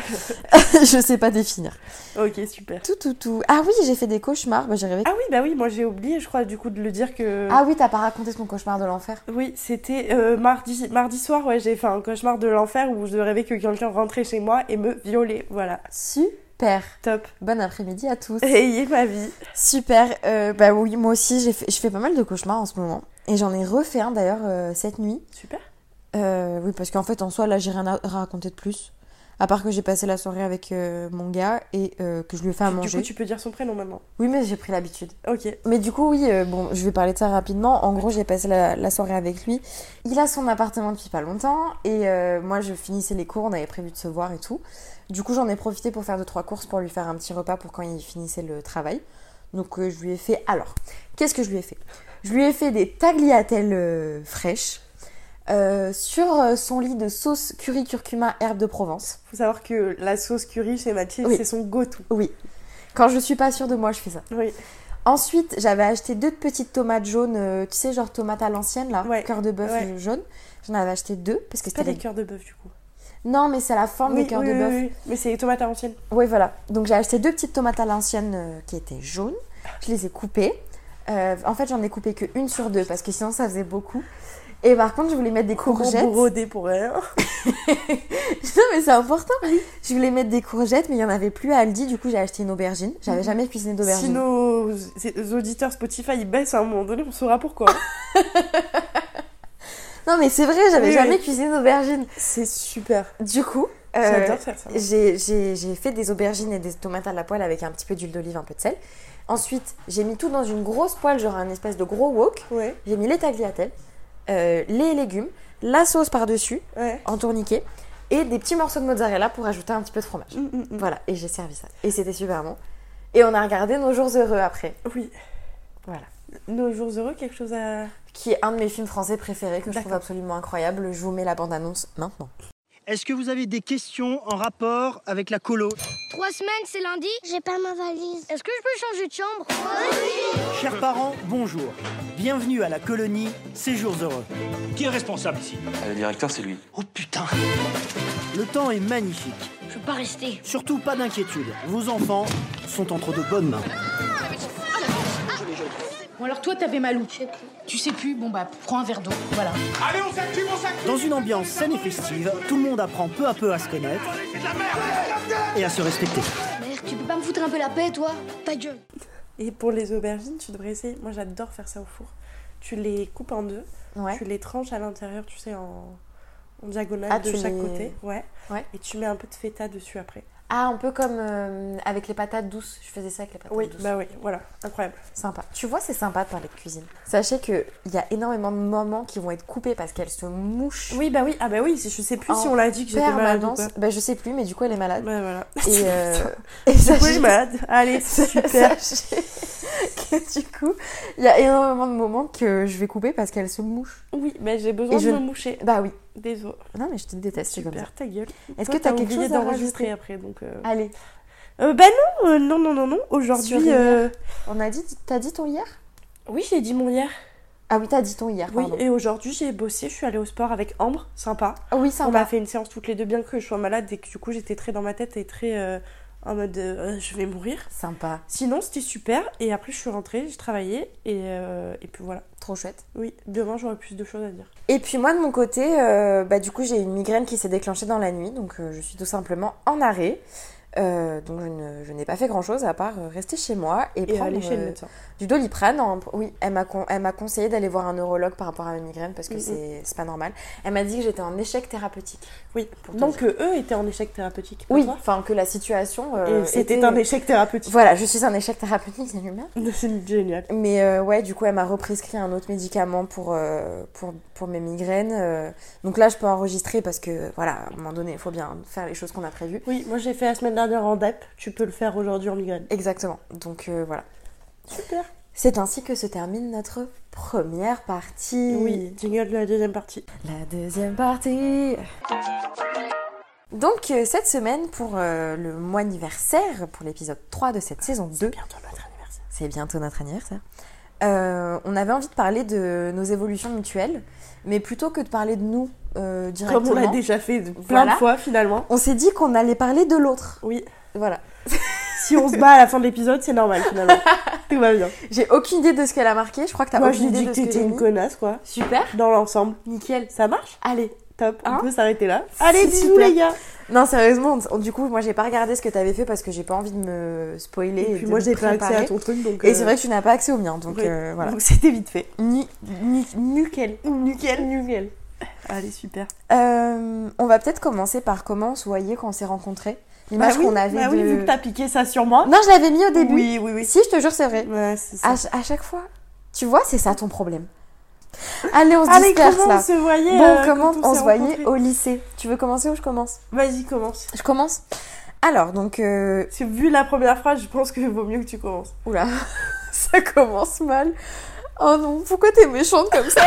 Je sais pas définir. Ok, super. Tout, tout, tout. Ah oui, j'ai fait des cauchemars. Bah, j'ai rêvé. Ah oui, bah oui, moi j'ai oublié, je crois, du coup, de le dire que... Ah oui, t'as pas raconté ton cauchemar de l'enfer ? Oui, c'était euh, mardi, mardi soir, ouais, j'ai fait un cauchemar de l'enfer où je rêvais que quelqu'un rentrait chez moi et me violait, voilà. Super. Top. Bon après-midi à tous. Ayez ma vie. Super. Euh, bah oui, moi aussi, j'ai fait, je fais pas mal de cauchemars en ce moment. Et j'en ai refait un d'ailleurs euh, cette nuit. Super. Euh, oui, parce qu'en fait, en soi, là, j'ai rien à raconter de plus. À part que j'ai passé la soirée avec euh, mon gars et euh, que je lui ai fait à manger. Du coup, tu peux dire son prénom maintenant. Oui, mais j'ai pris l'habitude. Ok. Mais du coup, oui, euh, bon, je vais parler de ça rapidement. En gros, j'ai passé la, la soirée avec lui. Il a son appartement depuis pas longtemps. Et euh, moi, je finissais les cours. On avait prévu de se voir et tout. Du coup, j'en ai profité pour faire deux, trois courses pour lui faire un petit repas pour quand il finissait le travail. Donc, euh, je lui ai fait... Alors, qu'est-ce que je lui ai fait ? Je lui ai fait des tagliatelles euh, fraîches euh, sur euh, son lit de sauce curry curcuma herbe de Provence. Faut savoir que la sauce curry chez Mathilde, oui. c'est son go-to. Oui. Quand je suis pas sûre de moi, je fais ça. Oui. Ensuite, j'avais acheté deux petites tomates jaunes, euh, tu sais, genre tomates à l'ancienne, là, ouais. cœur de bœuf ouais. jaune. J'en avais acheté deux. Parce que c'est pas des les cœurs de bœuf, du coup. Non, mais c'est la forme oui, des cœurs oui, de oui, bœuf. Oui, mais c'est les tomates à l'ancienne. Oui, voilà. Donc, j'ai acheté deux petites tomates à l'ancienne euh, qui étaient jaunes. Je les ai coupées. Euh, en fait, j'en ai coupé qu'une sur deux parce que sinon, ça faisait beaucoup. Et par contre, je voulais mettre des courgettes. Brodé pour rien. Non, mais c'est important. Oui. Je voulais mettre des courgettes, mais il n'y en avait plus à Aldi. Du coup, j'ai acheté une aubergine. J'avais mmh. jamais cuisiné d'aubergine. Si nos auditeurs Spotify ils baissent à un moment donné, on saura pourquoi. Non, mais c'est vrai, j'avais oui, jamais oui. cuisiné d'aubergine. C'est super. Du coup, euh, j'adore faire ça. J'ai, j'ai, j'ai fait des aubergines et des tomates à la poêle avec un petit peu d'huile d'olive, un peu de sel. Ensuite, j'ai mis tout dans une grosse poêle, genre un espèce de gros wok. Ouais. J'ai mis les tagliatelles, euh, les légumes, la sauce par-dessus, ouais. en tourniquet, et des petits morceaux de mozzarella pour ajouter un petit peu de fromage. Mmh, mmh. Voilà, et j'ai servi ça. Et c'était super bon. Et on a regardé Nos jours heureux après. Oui. Voilà. Nos jours heureux, quelque chose à... Qui est un de mes films français préférés, que D'accord. je trouve absolument incroyable. Je vous mets la bande-annonce maintenant. Est-ce que vous avez des questions en rapport avec la colo ? Trois semaines, c'est lundi ? J'ai pas ma valise. Est-ce que je peux changer de chambre ? Oui. Chers parents, bonjour. Bienvenue à la colonie Séjours Heureux. Qui est responsable ici ? Le directeur, c'est lui. Oh putain ! Le temps est magnifique. Je veux pas rester. Surtout pas d'inquiétude. Vos enfants sont entre de bonnes mains. Bon alors toi t'avais mal où? Tu sais plus, bon bah prends un verre d'eau, voilà. Allez, on s'active, on s'active. Dans une ambiance saine et festive, tout le monde apprend peu à peu à se connaître et à se respecter. Mère, tu peux pas me foutre un peu la paix, toi? Ta gueule. Et pour les aubergines, tu devrais essayer. Moi, j'adore faire ça au four. Tu les coupes en deux, Ouais. tu les tranches à l'intérieur, tu sais, en, en diagonale Ah, de tu chaque les- côté. Ouais. Ouais. Et tu mets un peu de feta dessus après. Ah, un peu comme euh, avec les patates douces. Je faisais ça avec les patates Oui, douces. bah oui, voilà, incroyable. Sympa. Tu vois, c'est sympa de parler de cuisine. Sachez qu'il y a énormément de moments qui vont être coupés parce qu'elle se mouche. Oui, bah oui, ah bah oui, je sais plus en si on l'a dit que j'étais malade ou permanence. pas. Bah, je sais plus, mais du coup, elle est malade. Bah voilà. Et, euh, et Du coup, sachez- elle est malade. Allez, super. Sachez que du coup, il y a énormément de moments que je vais couper parce qu'elle se mouche. Oui, mais j'ai besoin Et de je- me moucher. Bah oui. Désolé. Non, mais je te déteste, c'est comme ça. Super, ta gueule. Est-ce Toi, que t'as quelque oublié chose à d'enregistrer rajouter après donc euh... Allez. Euh, bah non, euh, non, non, non, non. Sur Aujourd'hui, hier. euh... On a dit, t'as dit ton hier? oui, j'ai dit mon hier. Ah oui, t'as dit ton hier, Oui, pardon. et aujourd'hui, j'ai bossé, je suis allée au sport avec Ambre, sympa. Ah oui, On sympa. a fait une séance toutes les deux, bien que je sois malade et que du coup, j'étais très dans ma tête et très euh, en mode euh, je vais mourir. Sympa. Sinon, c'était super. Et après, je suis rentrée, j'ai travaillé et, euh, et puis voilà. Trop chouette. Oui, demain, j'aurai plus de choses à dire. Et puis moi, de mon côté, euh, bah, du coup, j'ai une migraine qui s'est déclenchée dans la nuit. Donc, euh, je suis tout simplement en arrêt. Euh, donc je, ne, je n'ai pas fait grand chose à part rester chez moi et, Et prendre aller chez le euh, médecin. du Doliprane. En- oui, elle m'a, con- elle m'a conseillé d'aller voir un neurologue par rapport à ma migraine parce que Mhm. c'est, c'est pas normal. Elle m'a dit que j'étais en échec thérapeutique. Oui, Pour te donc dire. que eux étaient en échec thérapeutique. pas Oui, toi enfin que la situation. euh, Et c'était était- un échec thérapeutique. Voilà, je suis un échec thérapeutique, c'est humain. C'est génial. Mais euh, ouais, du coup, elle m'a represcrit un autre médicament pour, euh, pour, pour mes migraines. euh. Donc là, je peux enregistrer parce que, voilà, à un moment donné, il faut bien faire les choses qu'on a prévues. Oui, moi j'ai fait la semaine dernière en D E P. Tu peux le faire aujourd'hui en migraine. Exactement. Donc euh, voilà. Super. C'est ainsi que se termine notre première partie. Oui, jingle de la deuxième partie. La deuxième partie. Donc euh, cette semaine, pour euh, le mois anniversaire, pour l'épisode trois de cette saison deux, Bientôt notre anniversaire. c'est bientôt notre anniversaire, euh, on avait envie de parler de nos évolutions mutuelles, mais plutôt que de parler de nous euh, directement, Comme on l'a déjà fait de- plein Voilà. de fois finalement. on s'est dit qu'on allait parler de l'autre. Oui. Voilà. Si on se bat à la fin de l'épisode, c'est normal finalement. Tout va bien. J'ai aucune idée de ce qu'elle a marqué, je crois que t'as Moi je aucune lui ai idée dit de que ce que t'étais j'ai une mis. connasse quoi. Super, Dans l'ensemble. nickel. Ça marche? Allez. Top. On Hein peut s'arrêter là. Allez, bisous Super. les gars. Non, sérieusement, on- du coup, moi j'ai pas regardé ce que t'avais fait parce que j'ai pas envie de me spoiler. Et Et puis de moi me j'ai pas accès préparer. à ton truc donc. Et euh, c'est vrai que tu n'as pas accès au mien, donc oui. euh, voilà. Donc c'était vite fait. Ni, ni, nickel. Nickel. Nickel. Allez, super. Euh, on va peut-être commencer par comment on se voyait quand on s'est rencontrés. L'image Bah oui, qu'on avait bah de... oui, vu que t'as piqué ça sur moi. Non, je l'avais mis au début. Oui, oui, oui. Si, je te jure, c'est vrai. Ouais, c'est ça. À, ch- à chaque fois. Tu vois, c'est ça ton problème. Allez, on se Allez, disperse comment là. on se voyait Bon, euh, comment quand on s'est se voyait rencontrés au lycée. Tu veux commencer ou je commence? Vas-y, commence. Je commence. Alors, donc... euh, Parce que vu la première phrase, je pense qu'il vaut mieux que tu commences. Oula, ça commence mal. Oh non, pourquoi t'es méchante comme ça?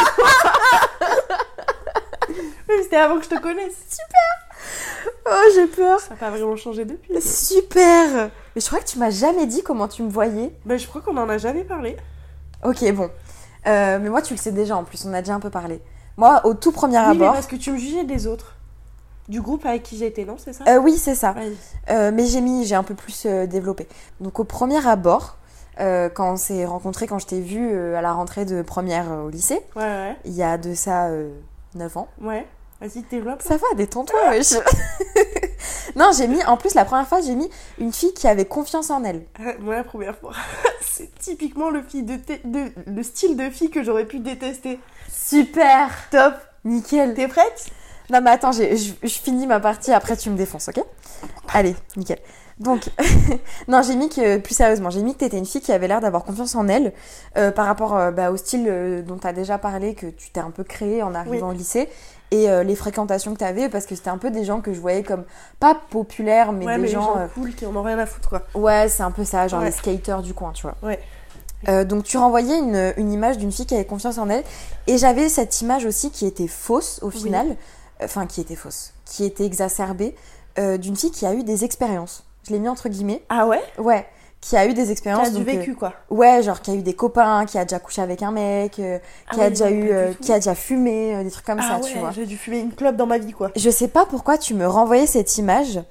Oui, mais c'était avant que je te connaisse. Oh, j'ai peur. Ça n'a pas vraiment changé depuis. mais- Super. Mais je crois que tu m'as jamais dit comment tu me voyais. Bah, je crois qu'on en a jamais parlé. Ok, bon. Euh, mais moi, tu le sais déjà en plus, on a déjà un peu parlé. Moi, au tout premier Oui, mais abord... parce que tu me jugeais des autres. Du groupe avec qui j'étais, non, c'est ça? Euh, oui, c'est ça. Vas-y. Euh, mais j'ai mis, j'ai un peu plus euh, développé. Donc au premier abord, euh, quand on s'est rencontrés, quand je t'ai vue euh, à la rentrée de première euh, au lycée, Ouais, ouais, il y a de ça euh, neuf ans. ouais. Vas-y, développe. Ça va, détends-toi, wesh. Non, j'ai mis, en plus, la première fois, j'ai mis une fille qui avait confiance en elle. Euh, Moi, la première fois. C'est typiquement le, fille de té- de- le style de fille que j'aurais pu détester. Super. Top. Nickel. T'es prête? Non, mais attends, j'ai- je, je finis ma partie, après tu me défonces, ok? Allez, nickel. Donc, non, j'ai mis que, plus sérieusement, j'ai mis que t'étais une fille qui avait l'air d'avoir confiance en elle euh, par rapport euh, bah, au style euh, dont t'as déjà parlé, que tu t'es un peu créé en arrivant Oui. au lycée, et euh, les fréquentations que t'avais, parce que c'était un peu des gens que je voyais comme, pas populaires, mais ouais, des mais gens... les gens euh, cool qui en ont rien à foutre, quoi. Ouais, c'est un peu ça, genre Ouais. les skaters du coin, tu vois. Ouais. Euh, donc tu renvoyais une, une image d'une fille qui avait confiance en elle, et j'avais cette image aussi qui était fausse au final, enfin qui était fausse, qui était exacerbée, euh, d'une fille qui a eu des expériences. Je l'ai mis entre guillemets. Ah ouais? Ouais, qui a eu des Qui expériences. a du donc, euh, vécu, quoi. ouais, genre qui a eu des copains, qui a déjà couché avec un mec, euh, Ah qui a ouais, déjà non, eu, pas euh, du tout. qui a déjà fumé, euh, des trucs comme Ah ça, ouais, tu vois. j'ai dû fumer une clope dans ma vie, quoi. Je sais pas pourquoi tu me renvoyais cette image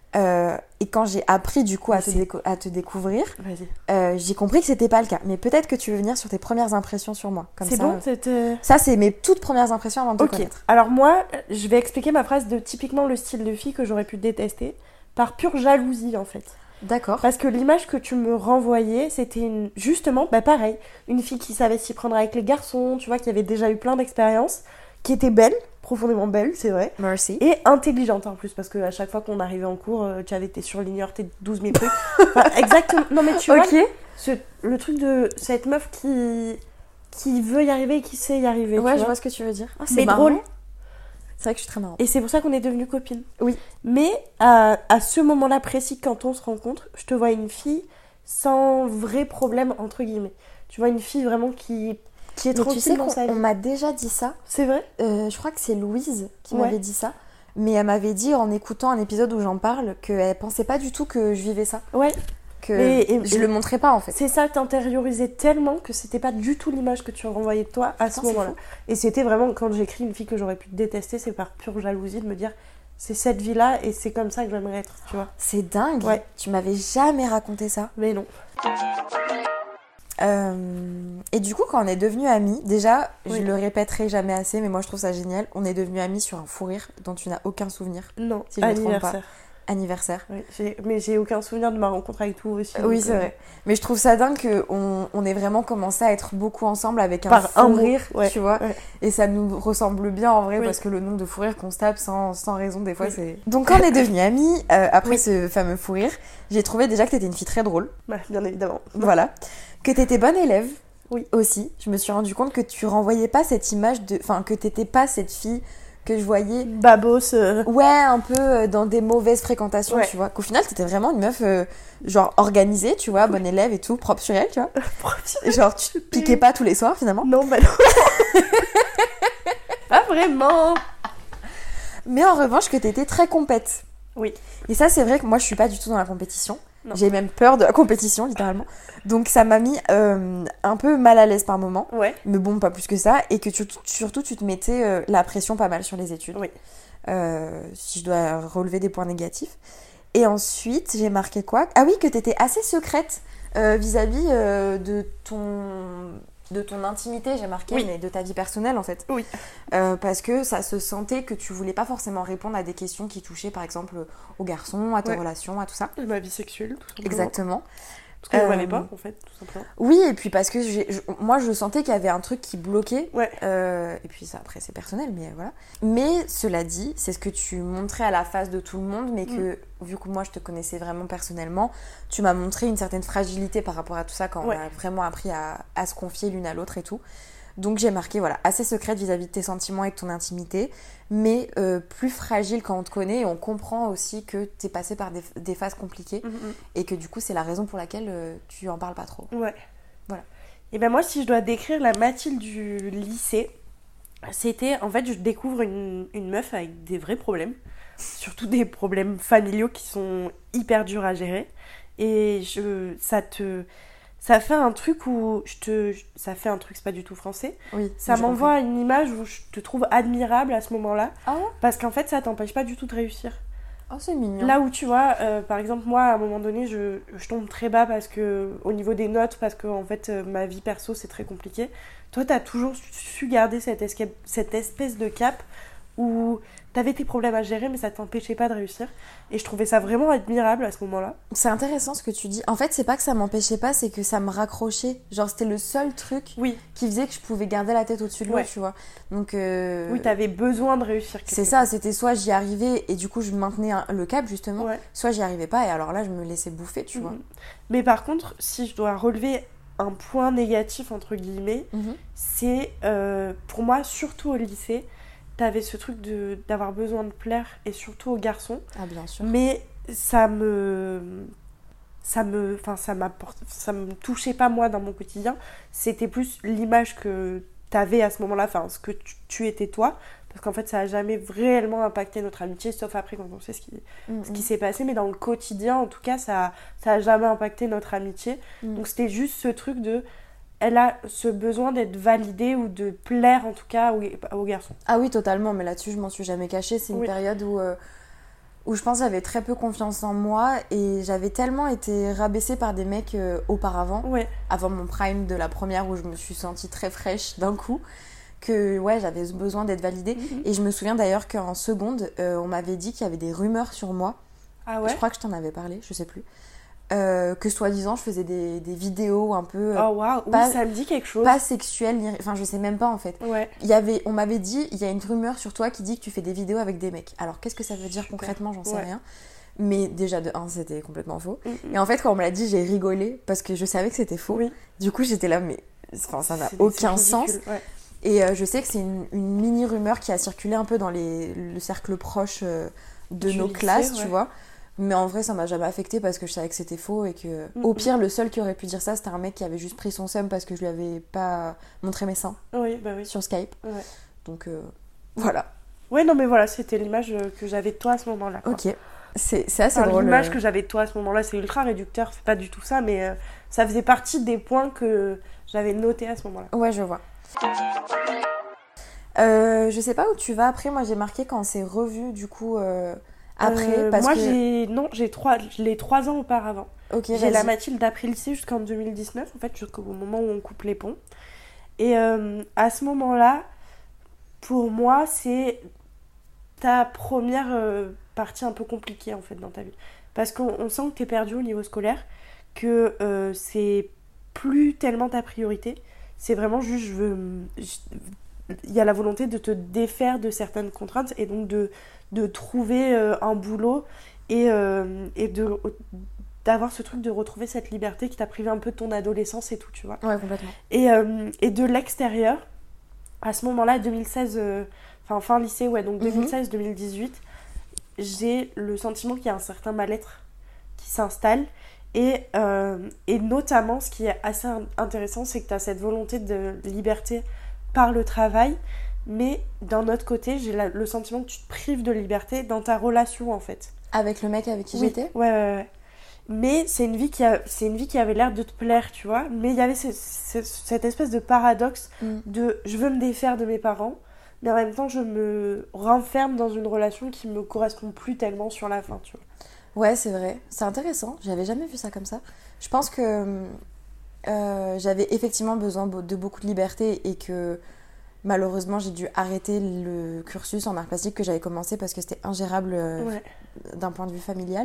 Euh, et quand j'ai appris du coup à te, déco- à te découvrir, Vas-y. Euh, j'ai compris que c'était pas le cas. Mais peut-être que tu veux venir sur tes premières impressions sur moi. Comme c'est ça, bon euh... c'était... Ça, c'est mes toutes premières impressions avant de Ok. te connaître. Alors moi, je vais expliquer ma phrase de typiquement le style de fille que j'aurais pu détester par pure jalousie en fait. D'accord. Parce que l'image que tu me renvoyais, c'était une... justement, bah pareil, une fille qui savait s'y prendre avec les garçons, tu vois, qui avait déjà eu plein d'expériences, qui était belle, profondément belle, c'est vrai. Merci. Et intelligente en plus, parce qu'à chaque fois qu'on arrivait en cours, euh, tu avais été surligneur, tes douze mille trucs. Enfin, exactement. Non mais tu vois, Ok. ce, le truc de cette meuf qui, qui veut y arriver et qui sait y arriver. Ouais, tu je vois. vois ce que tu veux dire. Ah, c'est Mais marrant. drôle. C'est vrai que je suis très marrante. Et c'est pour ça qu'on est devenues copines. Oui. Mais à, à ce moment-là précis, quand on se rencontre, je te vois une fille sans vrai problème, entre guillemets. Tu vois une fille vraiment qui, qui est Mais tranquille tu sais dans qu'on sa vie. on m'a déjà dit ça. C'est vrai Euh, je crois que c'est Louise qui Ouais. m'avait dit ça. Mais elle m'avait dit en écoutant un épisode où j'en parle qu'elle pensait pas du tout que je vivais ça. Ouais. Que Mais- et- je et- le montrais pas en fait. C'est ça, t'intériorisais tellement que c'était pas du tout l'image que tu renvoyais de toi à ce Putain, c'est moment-là. fou. Et c'était vraiment, quand j'écris une fille que j'aurais pu détester, c'est par pure jalousie de me dire c'est cette vie-là et c'est comme ça que j'aimerais être, tu vois. C'est dingue. Ouais. Tu m'avais jamais raconté ça. Mais non. Euh, et du coup, quand on est devenus amis, déjà, Oui. je le répéterai jamais assez, mais moi je trouve ça génial. On est devenus amis sur un fou rire dont tu n'as aucun souvenir. Non, Si je me trompe pas. anniversaire. Anniversaire. Oui, j'ai- mais j'ai aucun souvenir de ma rencontre avec toi aussi. Oui, donc, c'est euh, vrai. Mais je trouve ça dingue qu'on on ait vraiment commencé à être beaucoup ensemble avec un Par fou un mot, rire, ouais, tu vois. ouais. Et ça nous ressemble bien en vrai, Oui. parce que le nombre de fou rires qu'on se tape sans, sans raison, des fois, Oui. c'est... Donc quand on est devenus amis, euh, après Oui. ce fameux fou rire, j'ai trouvé déjà que t'étais une fille très drôle. Ouais, bien évidemment. Voilà. Que t'étais bonne élève. Oui. Aussi. Je me suis rendu compte que tu renvoyais pas cette image de... Enfin, que t'étais pas cette fille que je voyais... Babos. euh, Ouais, un peu euh, dans des mauvaises fréquentations, Ouais. tu vois. Qu'au final, t'étais vraiment une meuf, euh, genre, organisée, tu vois, bonne élève et tout, propre sur elle, tu vois. Et genre, tu piquais pas tous les soirs, finalement. Non, bah non. Pas vraiment. Mais en revanche, que t'étais très compète. Oui. Et ça, c'est vrai que moi, je suis pas du tout dans la compétition. Non. J'ai même peur de la compétition, littéralement. Donc, ça m'a mis euh, un peu mal à l'aise par moment. Ouais. Mais bon, pas plus que ça. Et que tu, surtout, tu te mettais euh, la pression pas mal sur les études. Oui. Euh, si je dois relever des points négatifs. Et ensuite, j'ai marqué quoi ? Ah oui, que t'étais assez secrète euh, vis-à-vis euh, de ton... de ton intimité, j'ai marqué, Oui. mais de ta vie personnelle en fait. Oui. Euh, parce que ça se sentait que tu voulais pas forcément répondre à des questions qui touchaient par exemple aux garçons, à tes Ouais. relations, à tout ça. Ma vie sexuelle, tout simplement. Exactement. Parce qu'on Euh, valait pas, en fait, tout simplement. Oui, et puis parce que j'ai- je- moi je sentais qu'il y avait un truc qui bloquait. Ouais. Euh, et puis ça après c'est personnel, mais voilà. Mais cela dit, c'est ce que tu montrais à la face de tout le monde, mais que vu que moi je te connaissais vraiment personnellement, tu m'as montré une certaine fragilité par rapport à tout ça quand Ouais. on a vraiment appris à, à se confier l'une à l'autre et tout. Donc j'ai marqué, voilà, assez secrète vis-à-vis de tes sentiments et de ton intimité, mais euh, plus fragile quand on te connaît et on comprend aussi que t'es passé par des, des phases compliquées Mhm. et que du coup c'est la raison pour laquelle euh, tu en parles pas trop. Ouais. Voilà. Et ben moi, si je dois décrire la Mathilde du lycée, c'était, en fait, je découvre une, une meuf avec des vrais problèmes, surtout des problèmes familiaux qui sont hyper durs à gérer. Et je, ça te... Ça fait un truc où je te... Ça fait un truc, c'est pas du tout français. Oui, Ça j'ai m'envoie à une image où je te trouve admirable à ce moment-là. Ah ouais ? Parce qu'en fait, ça t'empêche pas du tout de réussir. Oh, c'est mignon. Là où tu vois, euh, par exemple, moi, à un moment donné, je, je tombe très bas parce que, au niveau des notes, parce que, en fait, euh, ma vie perso, c'est très compliqué. Toi, t'as toujours su, su garder cette, escape, cette espèce de cap où t'avais tes problèmes à gérer, mais ça t'empêchait pas de réussir. Et je trouvais ça vraiment admirable à ce moment-là. C'est intéressant ce que tu dis. En fait, c'est pas que ça m'empêchait pas, c'est que ça me raccrochait. Genre, c'était le seul truc Oui. qui faisait que je pouvais garder la tête au-dessus de l'eau, Ouais. tu vois. Donc, euh, Oui, t'avais besoin de réussir. quelque c'est ça, c'était soit j'y arrivais et du coup je maintenais un- le cap justement, Ouais. soit j'y arrivais pas et alors là je me laissais bouffer, tu vois. Mhm. Mais par contre, si je dois relever un point négatif, entre guillemets, Mhm. c'est, euh, pour moi, surtout au lycée, t'avais ce truc de, d'avoir besoin de plaire, et surtout aux garçons. Ah, bien sûr. Mais ça me... Ça me... Enfin, ça m'apporte... Ça me touchait pas, moi, dans mon quotidien. C'était plus l'image que t'avais à ce moment-là, enfin, ce que tu, tu étais toi. Parce qu'en fait, ça a jamais réellement impacté notre amitié, sauf après quand on sait ce qui, Mhm. ce qui s'est passé. Mais dans le quotidien, en tout cas, ça, ça a jamais impacté notre amitié. Mhm. Donc c'était juste ce truc de... Elle a ce besoin d'être validée ou de plaire, en tout cas, aux, aux garçons. Ah oui, totalement, mais là-dessus je m'en suis jamais cachée. C'est une Oui. période où, euh, où je pense que j'avais très peu confiance en moi et j'avais tellement été rabaissée par des mecs euh, auparavant, ouais. avant mon prime de la première où je me suis sentie très fraîche d'un coup, que ouais, j'avais besoin d'être validée. Mm-hmm. Et je me souviens d'ailleurs qu'en seconde, euh, on m'avait dit qu'il y avait des rumeurs sur moi. Ah ouais ? Je crois que je t'en avais parlé, je sais plus. Euh, que soi-disant je faisais des, des vidéos un peu oh wow, pas, oui, ça me dit quelque chose, pas sexuelles, ni... enfin je sais même pas en fait. Ouais. Il y avait, on m'avait dit il y a une rumeur sur toi qui dit que tu fais des vidéos avec des mecs. Alors qu'est-ce que ça veut dire Super. Concrètement, j'en sais ouais. rien. Mais déjà de un c'était complètement faux. Mm-hmm. Et en fait quand on me l'a dit j'ai rigolé parce que je savais que c'était faux. Oui. Du coup j'étais là mais enfin ça n'a c'est, aucun c'est sens. Ouais. Et euh, je sais que c'est une, une mini rumeur qui a circulé un peu dans les, le cercle proche euh, de nos lycée, classes, ouais. tu vois. Mais en vrai, ça m'a jamais affectée parce que je savais que c'était faux et que, mm-hmm. au pire, le seul qui aurait pu dire ça, c'était un mec qui avait juste pris son seum parce que je lui avais pas montré mes seins oui, bah oui. sur Skype. Ouais. Donc, euh, voilà. Ouais, non, mais voilà, c'était l'image que j'avais de toi à ce moment-là. Quoi. Ok. C'est, c'est assez enfin, drôle. L'image que j'avais de toi à ce moment-là, c'est ultra réducteur, c'est pas du tout ça, mais euh, ça faisait partie des points que j'avais notés à ce moment-là. Ouais, je vois. Euh, je sais pas où tu vas après. Moi, j'ai marqué quand on s'est revus, du coup. Euh... Après, euh, parce moi, que... j'ai... Non, j'ai trois... les trois ans auparavant. Okay, j'ai vas-y. la Mathilde après le lycée jusqu'en deux mille dix-neuf, en fait, jusqu'au moment où on coupe les ponts. Et euh, à ce moment-là, pour moi, c'est ta première euh, partie un peu compliquée, en fait, dans ta vie. Parce qu'on on sent que t'es perdu au niveau scolaire, que euh, c'est plus tellement ta priorité. C'est vraiment juste, je veux... Il y a la volonté de te défaire de certaines contraintes et donc de... de trouver euh, un boulot et, euh, et de, d'avoir ce truc de retrouver cette liberté qui t'a privé un peu de ton adolescence et tout, tu vois. Ouais, complètement. Et, euh, et de l'extérieur, à ce moment-là, deux mille seize, euh, enfin fin lycée, ouais, donc deux mille seize deux mille dix-huit, j'ai le sentiment qu'il y a un certain mal-être qui s'installe et, euh, et notamment, ce qui est assez intéressant, c'est que tu as cette volonté de liberté par le travail. Mais d'un autre côté, j'ai la, le sentiment que tu te prives de liberté dans ta relation, en fait. Avec le mec avec qui oui. j'étais ? Ouais, ouais, ouais. Mais c'est une vie qui, a, c'est une vie qui avait l'air de te plaire, tu vois. Mais il y avait ce, ce, cette espèce de paradoxe mm. de je veux me défaire de mes parents, mais en même temps, je me renferme dans une relation qui me correspond plus tellement sur la fin, tu vois. Ouais, c'est vrai. C'est intéressant. J'avais jamais vu ça comme ça. Je pense que euh, j'avais effectivement besoin de beaucoup de liberté et que... Malheureusement, j'ai dû arrêter le cursus en art plastique que j'avais commencé parce que c'était ingérable euh, ouais. d'un point de vue familial.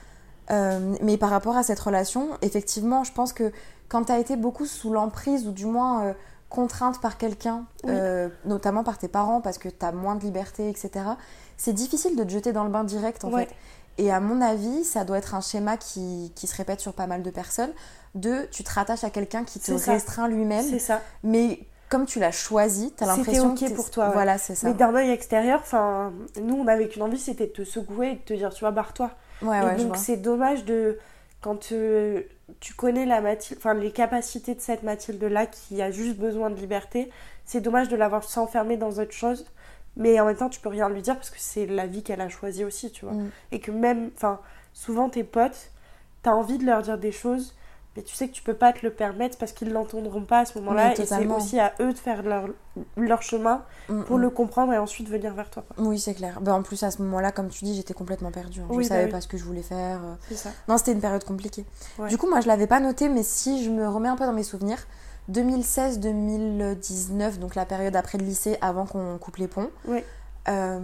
Euh, mais par rapport à cette relation, effectivement, je pense que quand tu as été beaucoup sous l'emprise ou du moins euh, contrainte par quelqu'un, oui. euh, notamment par tes parents parce que tu as moins de liberté, et cetera, c'est difficile de te jeter dans le bain direct en ouais. fait. Et à mon avis, ça doit être un schéma qui, qui se répète sur pas mal de personnes. De, tu te rattaches à quelqu'un qui te c'est restreint ça. Lui-même. C'est ça. Mais... Comme tu l'as choisi, t'as l'impression c'était ok que pour toi. Ouais. Voilà, c'est ça. Mais d'un œil extérieur, enfin, nous on avait qu'une envie, c'était de te secouer et de te dire, tu vois, barre-toi. Ouais, et ouais, donc c'est dommage de quand euh, tu connais la Mathilde, enfin les capacités de cette Mathilde-là qui a juste besoin de liberté, c'est dommage de l'avoir s'enfermer dans autre chose. Mais en même temps, tu peux rien lui dire parce que c'est la vie qu'elle a choisie aussi, tu vois. Mm. Et que même, enfin, souvent tes potes, t'as envie de leur dire des choses. Mais tu sais que tu peux pas te le permettre parce qu'ils l'entendront pas à ce moment-là. Oui, et c'est aussi à eux de faire leur, leur chemin mmh, pour mmh. le comprendre et ensuite venir vers toi. Quoi. Oui, c'est clair. Ben, en plus, à ce moment-là, comme tu dis, j'étais complètement perdue. Je oui, savais bah oui. pas ce que je voulais faire. C'est ça. Non, c'était une période compliquée. Ouais. Du coup, moi, je l'avais pas noté, mais si je me remets un peu dans mes souvenirs, deux mille seize deux mille dix-neuf, donc la période après le lycée, avant qu'on coupe les ponts, oui. euh,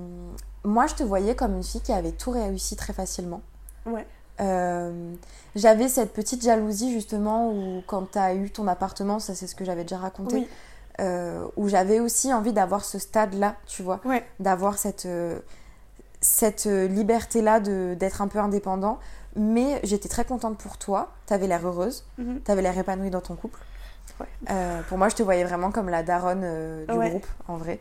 moi, je te voyais comme une fille qui avait tout réussi très facilement. Ouais. Euh, j'avais cette petite jalousie justement où quand tu as eu ton appartement, ça c'est ce que j'avais déjà raconté, oui. euh, où j'avais aussi envie d'avoir ce stade-là, tu vois, ouais. d'avoir cette, euh, cette liberté-là de, d'être un peu indépendant, mais j'étais très contente pour toi, t'avais l'air heureuse, mm-hmm. t'avais l'air épanouie dans ton couple. Ouais. Euh, pour moi, je te voyais vraiment comme la daronne euh, du ouais. groupe, en vrai.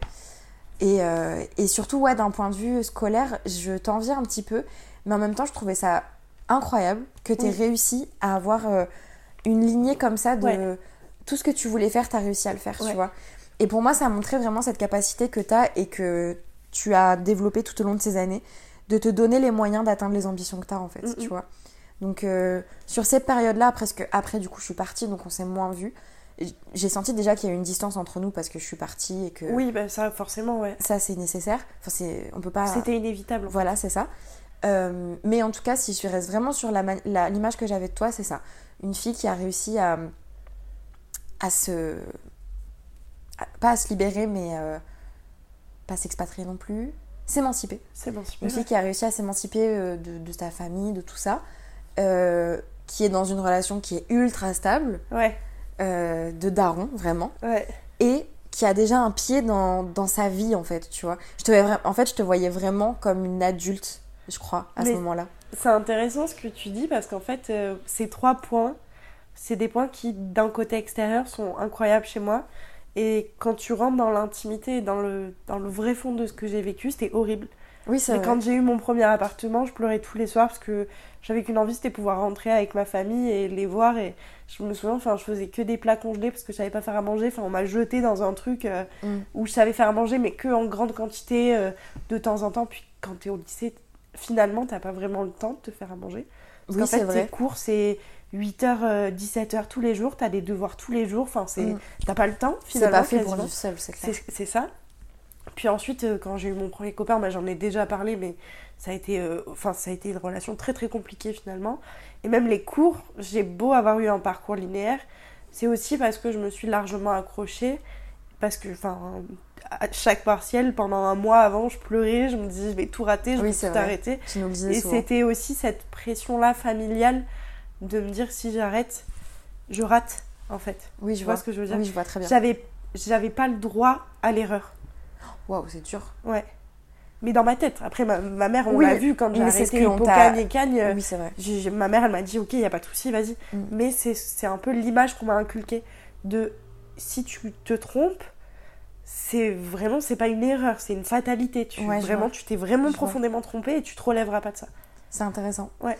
Et, euh, et surtout, ouais, d'un point de vue scolaire, je t'envie un petit peu, mais en même temps, je trouvais ça incroyable que tu aies oui. réussi à avoir euh, une lignée comme ça de ouais. tout ce que tu voulais faire, tu as réussi à le faire, ouais. tu vois. Et pour moi, ça montrait vraiment cette capacité que tu as et que tu as développée tout au long de ces années de te donner les moyens d'atteindre les ambitions que tu as, en fait, mm-hmm. tu vois. Donc, euh, sur cette période-là, presque après, du coup, je suis partie, donc on s'est moins vus. J'ai senti déjà qu'il y a eu une distance entre nous parce que je suis partie et que... Oui, bah ça, forcément, ouais. Ça, c'est nécessaire. Enfin, c'est... On peut pas... C'était inévitable. Voilà, c'est ça. Euh, mais en tout cas, si je reste vraiment sur la, la, l'image que j'avais de toi, c'est ça. Une fille qui a réussi à, à se... À, pas à se libérer, mais euh, pas s'expatrier non plus. S'émanciper. S'émanciper. Une fille ouais. qui a réussi à s'émanciper euh, de, de ta famille, de tout ça. Euh, qui est dans une relation qui est ultra stable. Ouais. Euh, de daron, vraiment. Ouais. Et qui a déjà un pied dans, dans sa vie, en fait, tu vois. Je te voyais, en fait, je te voyais vraiment comme une adulte, je crois, à mais ce moment-là. C'est intéressant ce que tu dis, parce qu'en fait, euh, ces trois points, c'est des points qui, d'un côté extérieur, sont incroyables chez moi. Et quand tu rentres dans l'intimité, dans le, dans le vrai fond de ce que j'ai vécu, c'était horrible. Oui, c'est et vrai. Quand j'ai eu mon premier appartement, je pleurais tous les soirs parce que j'avais qu'une envie, c'était pouvoir rentrer avec ma famille et les voir. Et je me souviens, enfin, je faisais que des plats congelés parce que je savais pas faire à manger. Enfin, on m'a jetée dans un truc euh, mm. où je savais faire à manger, mais que en grande quantité euh, de temps en temps. Puis quand t'es au lycée, finalement, t'as pas vraiment le temps de te faire à manger. Parce oui, qu'en fait, c'est vrai. tes cours, c'est huit heures, dix-sept heures tous les jours. T'as des devoirs tous les jours. Enfin, c'est... Mm. T'as pas le temps, finalement. C'est pas fait quasiment. pour vivre seul, c'est clair. C'est, c'est ça. Puis ensuite, quand j'ai eu mon premier copain, bah, j'en ai déjà parlé, mais ça a été, euh, enfin, ça a été une relation très très compliquée finalement. Et même les cours, j'ai beau avoir eu un parcours linéaire, c'est aussi parce que je me suis largement accrochée, parce que, enfin, à chaque partiel, pendant un mois avant, je pleurais, je me disais, je vais tout rater, je oui, vais tout vrai. arrêter. Tu nous le disais Et souvent. c'était aussi cette pression-là familiale de me dire, si j'arrête, je rate, en fait. Oui, je tu vois. vois ce que je veux dire. Oui, je vois très bien. J'avais, j'avais pas le droit à l'erreur. Waouh, c'est dur. Ouais. Mais dans ma tête. Après, ma, ma mère, on oui, l'a vu quand j'ai arrêté Hippocagne et Cagne. Oui, c'est vrai. J'ai, ma mère, elle m'a dit, ok, il n'y a pas de souci, vas-y. Mm. Mais c'est, c'est un peu l'image qu'on m'a inculquée de si tu te trompes, c'est vraiment, c'est pas une erreur, c'est une fatalité. Tu, ouais, vraiment, tu t'es vraiment je profondément vois. trompée et tu te relèveras pas de ça. C'est intéressant. Ouais.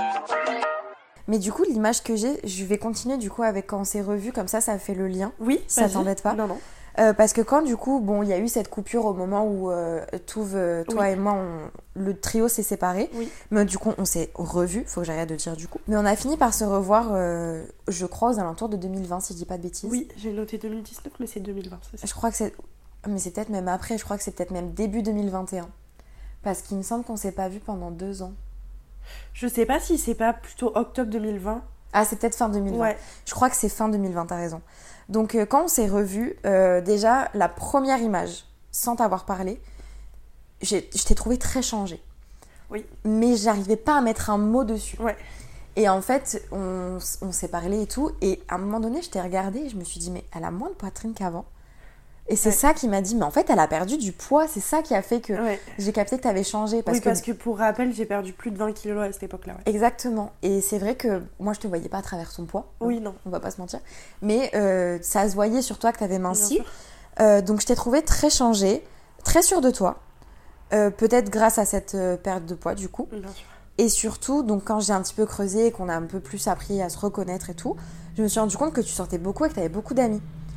Mais du coup, l'image que j'ai, je vais continuer du coup avec quand on s'est revus, comme ça, ça fait le lien. Oui, ça vas-y. T'embête pas. Non, non. Euh, parce que quand du coup, bon, il y a eu cette coupure au moment où euh, Touve, euh, toi oui. et moi, on, le trio s'est séparé. Oui. Mais du coup, on s'est revus, faut que j'arrête de dire du coup. Mais on a fini par se revoir, euh, je crois, aux alentours de deux mille vingt, si je dis pas de bêtises. Oui, j'ai noté deux mille dix-neuf, mais c'est deux mille vingt, c'est ça. Je crois que c'est... Mais c'est peut-être même après, je crois que c'est peut-être même début deux mille vingt et un. Parce qu'il me semble qu'on s'est pas vus pendant deux ans. Je sais pas si c'est pas plutôt octobre deux mille vingt. Ah, c'est peut-être fin deux mille vingt. Ouais. Je crois que c'est fin deux mille vingt, t'as raison. Donc, euh, quand on s'est revus, euh, déjà, la première image, sans t'avoir parlé, j'ai, je t'ai trouvée très changée. Oui. Mais j'arrivais pas à mettre un mot dessus. Ouais. Et en fait, on, on s'est parlé et tout. Et à un moment donné, je t'ai regardée et je me suis dit, mais elle a moins de poitrine qu'avant. Et c'est ouais. ça qui m'a dit, mais en fait, elle a perdu du poids. C'est ça qui a fait que ouais. j'ai capté que t'avais changé. Parce oui, que... parce que pour rappel, j'ai perdu plus de vingt kilos à cette époque-là. Ouais. Exactement. Et c'est vrai que moi, je te voyais pas à travers ton poids. Oui, non. On va pas se mentir. Mais euh, ça se voyait sur toi que t'avais minci. Euh, donc, je t'ai trouvée très changée, très sûre de toi. Euh, peut-être grâce à cette euh, perte de poids, du coup. Bien sûr. Et surtout, donc quand j'ai un petit peu creusé et qu'on a un peu plus appris à se reconnaître et tout, je me suis rendu compte que tu sortais beaucoup et que t'avais beaucoup d'amis.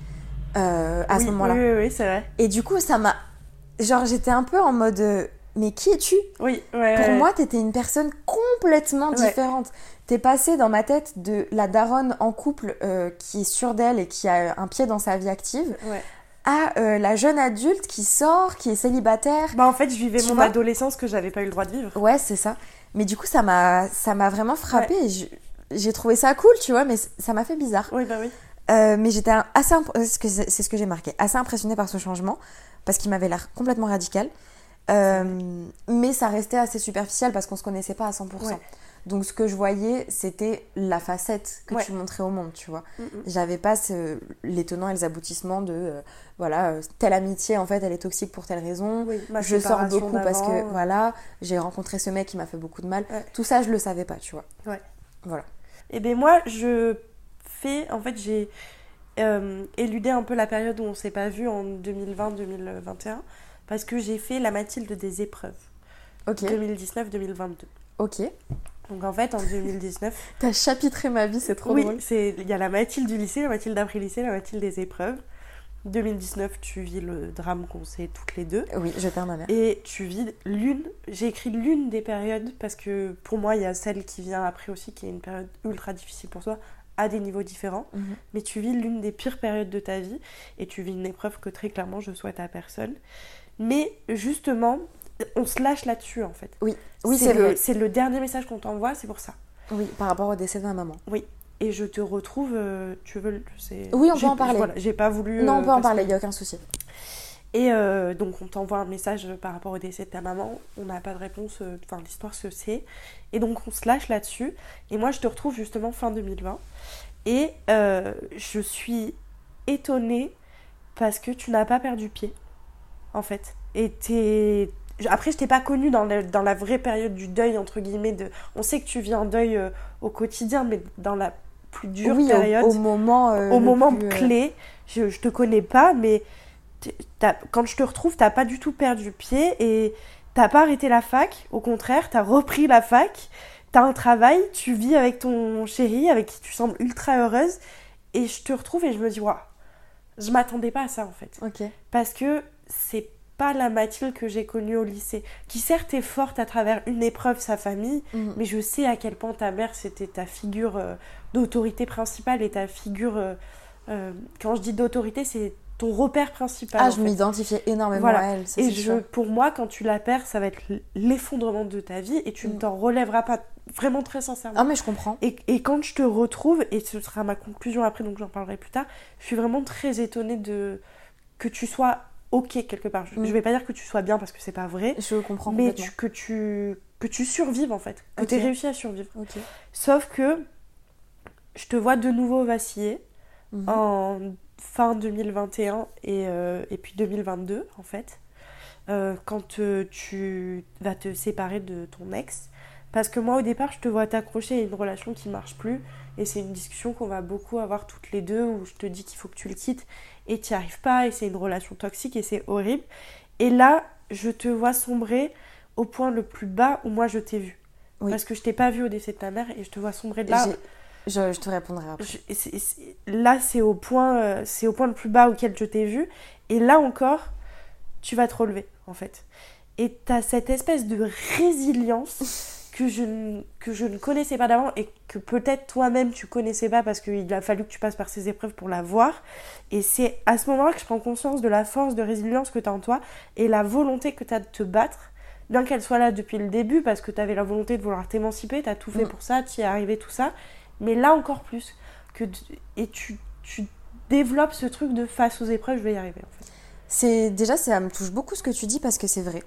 Euh, à oui, ce moment-là. Oui, oui, oui, c'est vrai. Et du coup, ça m'a... Genre, j'étais un peu en mode... Euh, mais qui es-tu ? Oui, ouais. Pour ouais. moi, t'étais une personne complètement ouais. différente. T'es passée dans ma tête de la daronne en couple euh, qui est sûre d'elle et qui a un pied dans sa vie active ouais. à euh, la jeune adulte qui sort, qui est célibataire. Bah en fait, je vivais tu mon vois adolescence que j'avais pas eu le droit de vivre. Ouais, c'est ça. Mais du coup, ça m'a, ça m'a vraiment frappée. Ouais. Et je, j'ai trouvé ça cool, tu vois, mais ça m'a fait bizarre. Oui, bah oui. Euh, mais j'étais assez imp... c'est ce que j'ai marqué, assez impressionnée par ce changement parce qu'il m'avait l'air complètement radical, euh, mais ça restait assez superficiel parce qu'on se connaissait pas à cent pour cent. Ouais. Donc ce que je voyais, c'était la facette que ouais. tu montrais au monde, tu vois. Mm-hmm. J'avais pas ce... les tenants et les aboutissements de euh, voilà, euh, telle amitié en fait elle est toxique pour telle raison, oui, je sors beaucoup d'avant. Parce que voilà, j'ai rencontré ce mec qui m'a fait beaucoup de mal. Ouais. Tout ça je le savais pas, tu vois. Ouais. Voilà. Et ben moi je fait, en fait j'ai euh, éludé un peu la période où on s'est pas vu en deux mille vingt deux mille vingt et un parce que j'ai fait la Mathilde des épreuves. Ok. deux mille dix-neuf deux mille vingt-deux. Ok. Donc en fait en deux mille dix-neuf... T'as chapitré ma vie, c'est trop oui, drôle. Oui, il y a la Mathilde du lycée, la Mathilde d'après-lycée, la Mathilde des épreuves. deux mille dix-neuf, tu vis le drame qu'on sait toutes les deux. Oui, je perds ma mère. Et tu vis l'une, j'ai écrit l'une des périodes parce que pour moi il y a celle qui vient après aussi qui est une période ultra difficile pour toi à des niveaux différents, mmh. mais tu vis l'une des pires périodes de ta vie et tu vis une épreuve que très clairement je souhaite à personne. Mais justement, on se lâche là-dessus, en fait. Oui, oui c'est, c'est le, vrai. c'est le dernier message qu'on t'envoie, c'est pour ça. Oui, par rapport au décès de ma maman. Oui. Et je te retrouve, euh, tu veux, c'est... Oui, on peut j'ai, en parler. Voilà, j'ai pas voulu... Non, on euh, peut en parce parler, il que- n'y a aucun souci. Et euh, donc, on t'envoie un message par rapport au décès de ta maman. On n'a pas de réponse. euh, Enfin, l'histoire se sait. Et donc, on se lâche là-dessus. Et moi, je te retrouve justement fin deux mille vingt. Et euh, je suis étonnée parce que tu n'as pas perdu pied, en fait. Et t'es... Après, je t'ai pas connue dans, le- dans la vraie période du deuil, entre guillemets. De... On sait que tu vis un deuil euh, au quotidien, mais dans la plus dure Oui, période... au, au moment, euh, au le moment plus, euh, clé, je, je te connais pas, mais t'as- quand je te retrouve, t'as pas du tout perdu pied et t'as pas arrêté la fac. Au contraire, t'as repris la fac, t'as un travail, tu vis avec ton chéri, avec qui tu sembles ultra heureuse. Et je te retrouve et je me dis, waouh, je m'attendais pas à ça en fait. Ok. Parce que c'est pas la Mathilde que j'ai connue au lycée, qui certes est forte à travers une épreuve, sa famille, Mhm. mais je sais à quel point ta mère c'était ta figure euh, d'autorité principale et ta figure, euh, euh, quand je dis d'autorité, c'est ton repère principal. Ah, en je fait. m'identifiais énormément Voilà. à elle, ça, Et c'est je, sûr. pour moi, quand tu la perds, ça va être l'effondrement de ta vie et tu Mm. ne t'en relèveras pas, vraiment très sincèrement. Ah, mais je comprends. Et, et quand je te retrouve, et ce sera ma conclusion après, donc j'en parlerai plus tard, je suis vraiment très étonnée de que tu sois ok quelque part. Je, Mm. je vais pas dire que tu sois bien parce que c'est pas vrai, Je comprends mais complètement. tu- que tu que tu survives en fait, que Ok. tu aies réussi à survivre. Ok. Sauf que je te vois de nouveau vaciller Mhm. en fin deux mille vingt et un et, euh, et puis deux mille vingt-deux en fait, euh, quand euh, tu vas te séparer de ton ex. Parce que moi au départ je te vois t'accrocher à une relation qui marche plus et c'est une discussion qu'on va beaucoup avoir toutes les deux où je te dis qu'il faut que tu le quittes et tu n'y arrives pas et c'est une relation toxique et c'est horrible. Et là je te vois sombrer au point le plus bas où moi je t'ai vu. Oui. Parce que je t'ai pas vu au décès de ta mère et je te vois sombrer de là. J'ai- Je, je te répondrai après. Je- c'est- c'est- là, c'est au point, euh, c'est au point le plus bas auquel je t'ai vu. Et là encore, tu vas te relever, en fait. Et t'as cette espèce de résilience que je, ne- que je ne connaissais pas d'avant et que peut-être toi-même tu connaissais pas parce qu'il a fallu que tu passes par ces épreuves pour la voir. Et c'est à ce moment-là que je prends conscience de la force de résilience que t'as en toi et la volonté que t'as de te battre. Bien qu'elle soit là depuis le début parce que t'avais la volonté de vouloir t'émanciper, t'as tout fait Mm. pour ça, t'y es arrivé, tout ça. Mais là encore plus. Que d- et tu, tu développes ce truc de face aux épreuves, je vais y arriver en fait. C'est déjà, ça me touche beaucoup ce que tu dis parce que c'est vrai.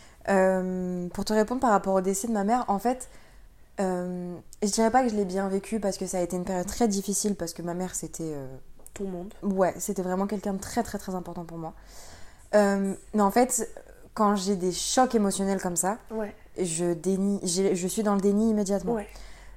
Euh, pour te répondre par rapport au décès de ma mère, en fait, euh, je dirais pas que je l'ai bien vécu parce que ça a été une période très difficile parce que ma mère c'était, euh, Ton monde. ouais, c'était vraiment quelqu'un de très très très important pour moi. Euh, mais en fait, quand j'ai des chocs émotionnels comme ça, Ouais. je dénie, j'ai- je suis dans le déni immédiatement. Ouais.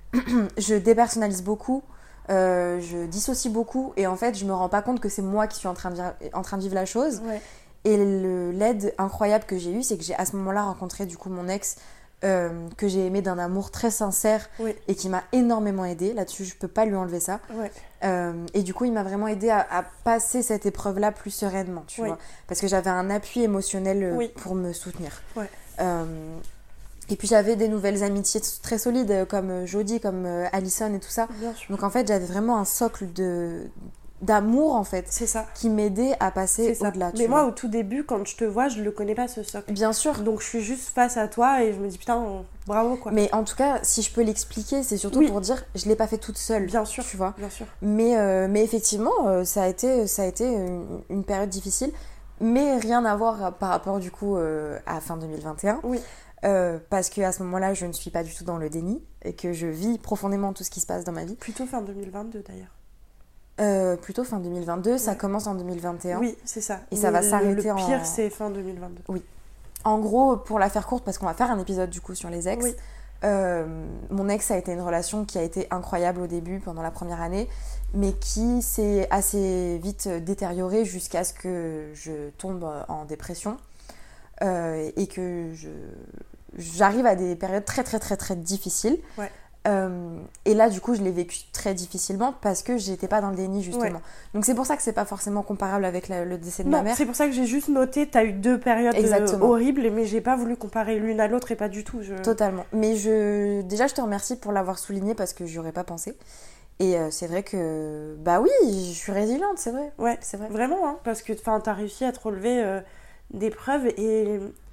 Je dépersonnalise beaucoup, euh, je dissocie beaucoup et en fait je me rends pas compte que c'est moi qui suis en train de, vivre- en train de vivre la chose. Ouais. Et le, l'aide incroyable que j'ai eue, c'est que j'ai à ce moment-là rencontré du coup mon ex euh, que j'ai aimé d'un amour très sincère Oui. et qui m'a énormément aidée. Là-dessus, je peux pas lui enlever ça. Ouais. Euh, et du coup, il m'a vraiment aidée à, à passer cette épreuve-là plus sereinement, tu Oui. vois. Parce que j'avais un appui émotionnel euh, Oui. pour me soutenir. Ouais. Euh, et puis j'avais des nouvelles amitiés très solides euh, comme euh, Jodie, comme euh, Alison et tout ça. Bien sûr. Donc en fait, j'avais vraiment un socle de d'amour en fait C'est ça. qui m'aidait à passer C'est ça. au-delà. tu Mais moi, vois. au tout début, quand je te vois, je le connais pas ce socle. Bien sûr. Donc je suis juste face à toi et je me dis putain, bravo quoi. Mais en tout cas, si je peux l'expliquer, c'est surtout Oui. pour dire je l'ai pas fait toute seule. Bien sûr. Tu vois. Bien sûr. Mais, euh, mais effectivement, euh, ça a été, ça a été une, une période difficile, mais rien à voir par rapport du coup euh, à fin deux mille vingt et un. Oui. Euh, parce qu'à ce moment-là, je ne suis pas du tout dans le déni et que je vis profondément tout ce qui se passe dans ma vie. Plutôt fin deux mille vingt-deux d'ailleurs. Euh, plutôt fin deux mille vingt-deux, ça Ouais. commence en deux mille vingt et un. Oui, c'est ça. Et ça Mais va s'arrêter le en- pire, c'est fin deux mille vingt-deux. En gros, pour la faire courte, parce qu'on va faire un épisode du coup sur les ex, Oui. euh, mon ex a été une relation qui a été incroyable au début, pendant la première année, mais qui s'est assez vite détériorée jusqu'à ce que je tombe en dépression euh, et que je, j'arrive à des périodes très très très très difficiles. Ouais. Euh, et là, du coup, je l'ai vécu très difficilement parce que j'étais pas dans le déni, justement. Ouais. Donc, c'est pour ça que c'est pas forcément comparable avec la- le décès de ma Non, mère. c'est pour ça que j'ai juste noté, t'as eu deux périodes euh, Exactement. horribles, mais j'ai pas voulu comparer l'une à l'autre et pas du tout. Je... Totalement. Mais je... déjà, je te remercie pour l'avoir souligné parce que j'y aurais pas pensé. Et euh, c'est vrai que, bah oui, je suis résiliente, c'est vrai. Ouais, C'est vrai. vraiment, hein, parce que t'as réussi à te relever euh, d'épreuves et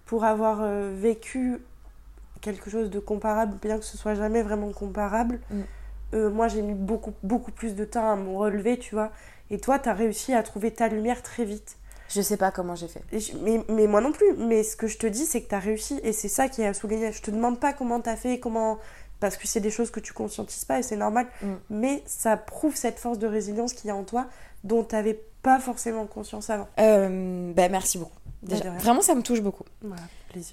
pour avoir euh, vécu quelque chose de comparable, bien que ce soit jamais vraiment comparable, mm. euh, moi j'ai mis beaucoup, beaucoup plus de temps à me relever, tu vois. Et toi, t'as réussi à trouver ta lumière très vite. Je sais pas comment j'ai fait. Je, mais, mais moi non plus. Mais ce que je te dis, c'est que t'as réussi. Et c'est ça qui est à souligner. Je te demande pas comment t'as fait, comment... parce que c'est des choses que tu conscientises pas et c'est normal. Mm. Mais ça prouve cette force de résilience qu'il y a en toi, dont t'avais pas forcément conscience avant. Euh, bah, merci beaucoup. Déjà, vraiment, ça me touche beaucoup. Voilà, plaisir.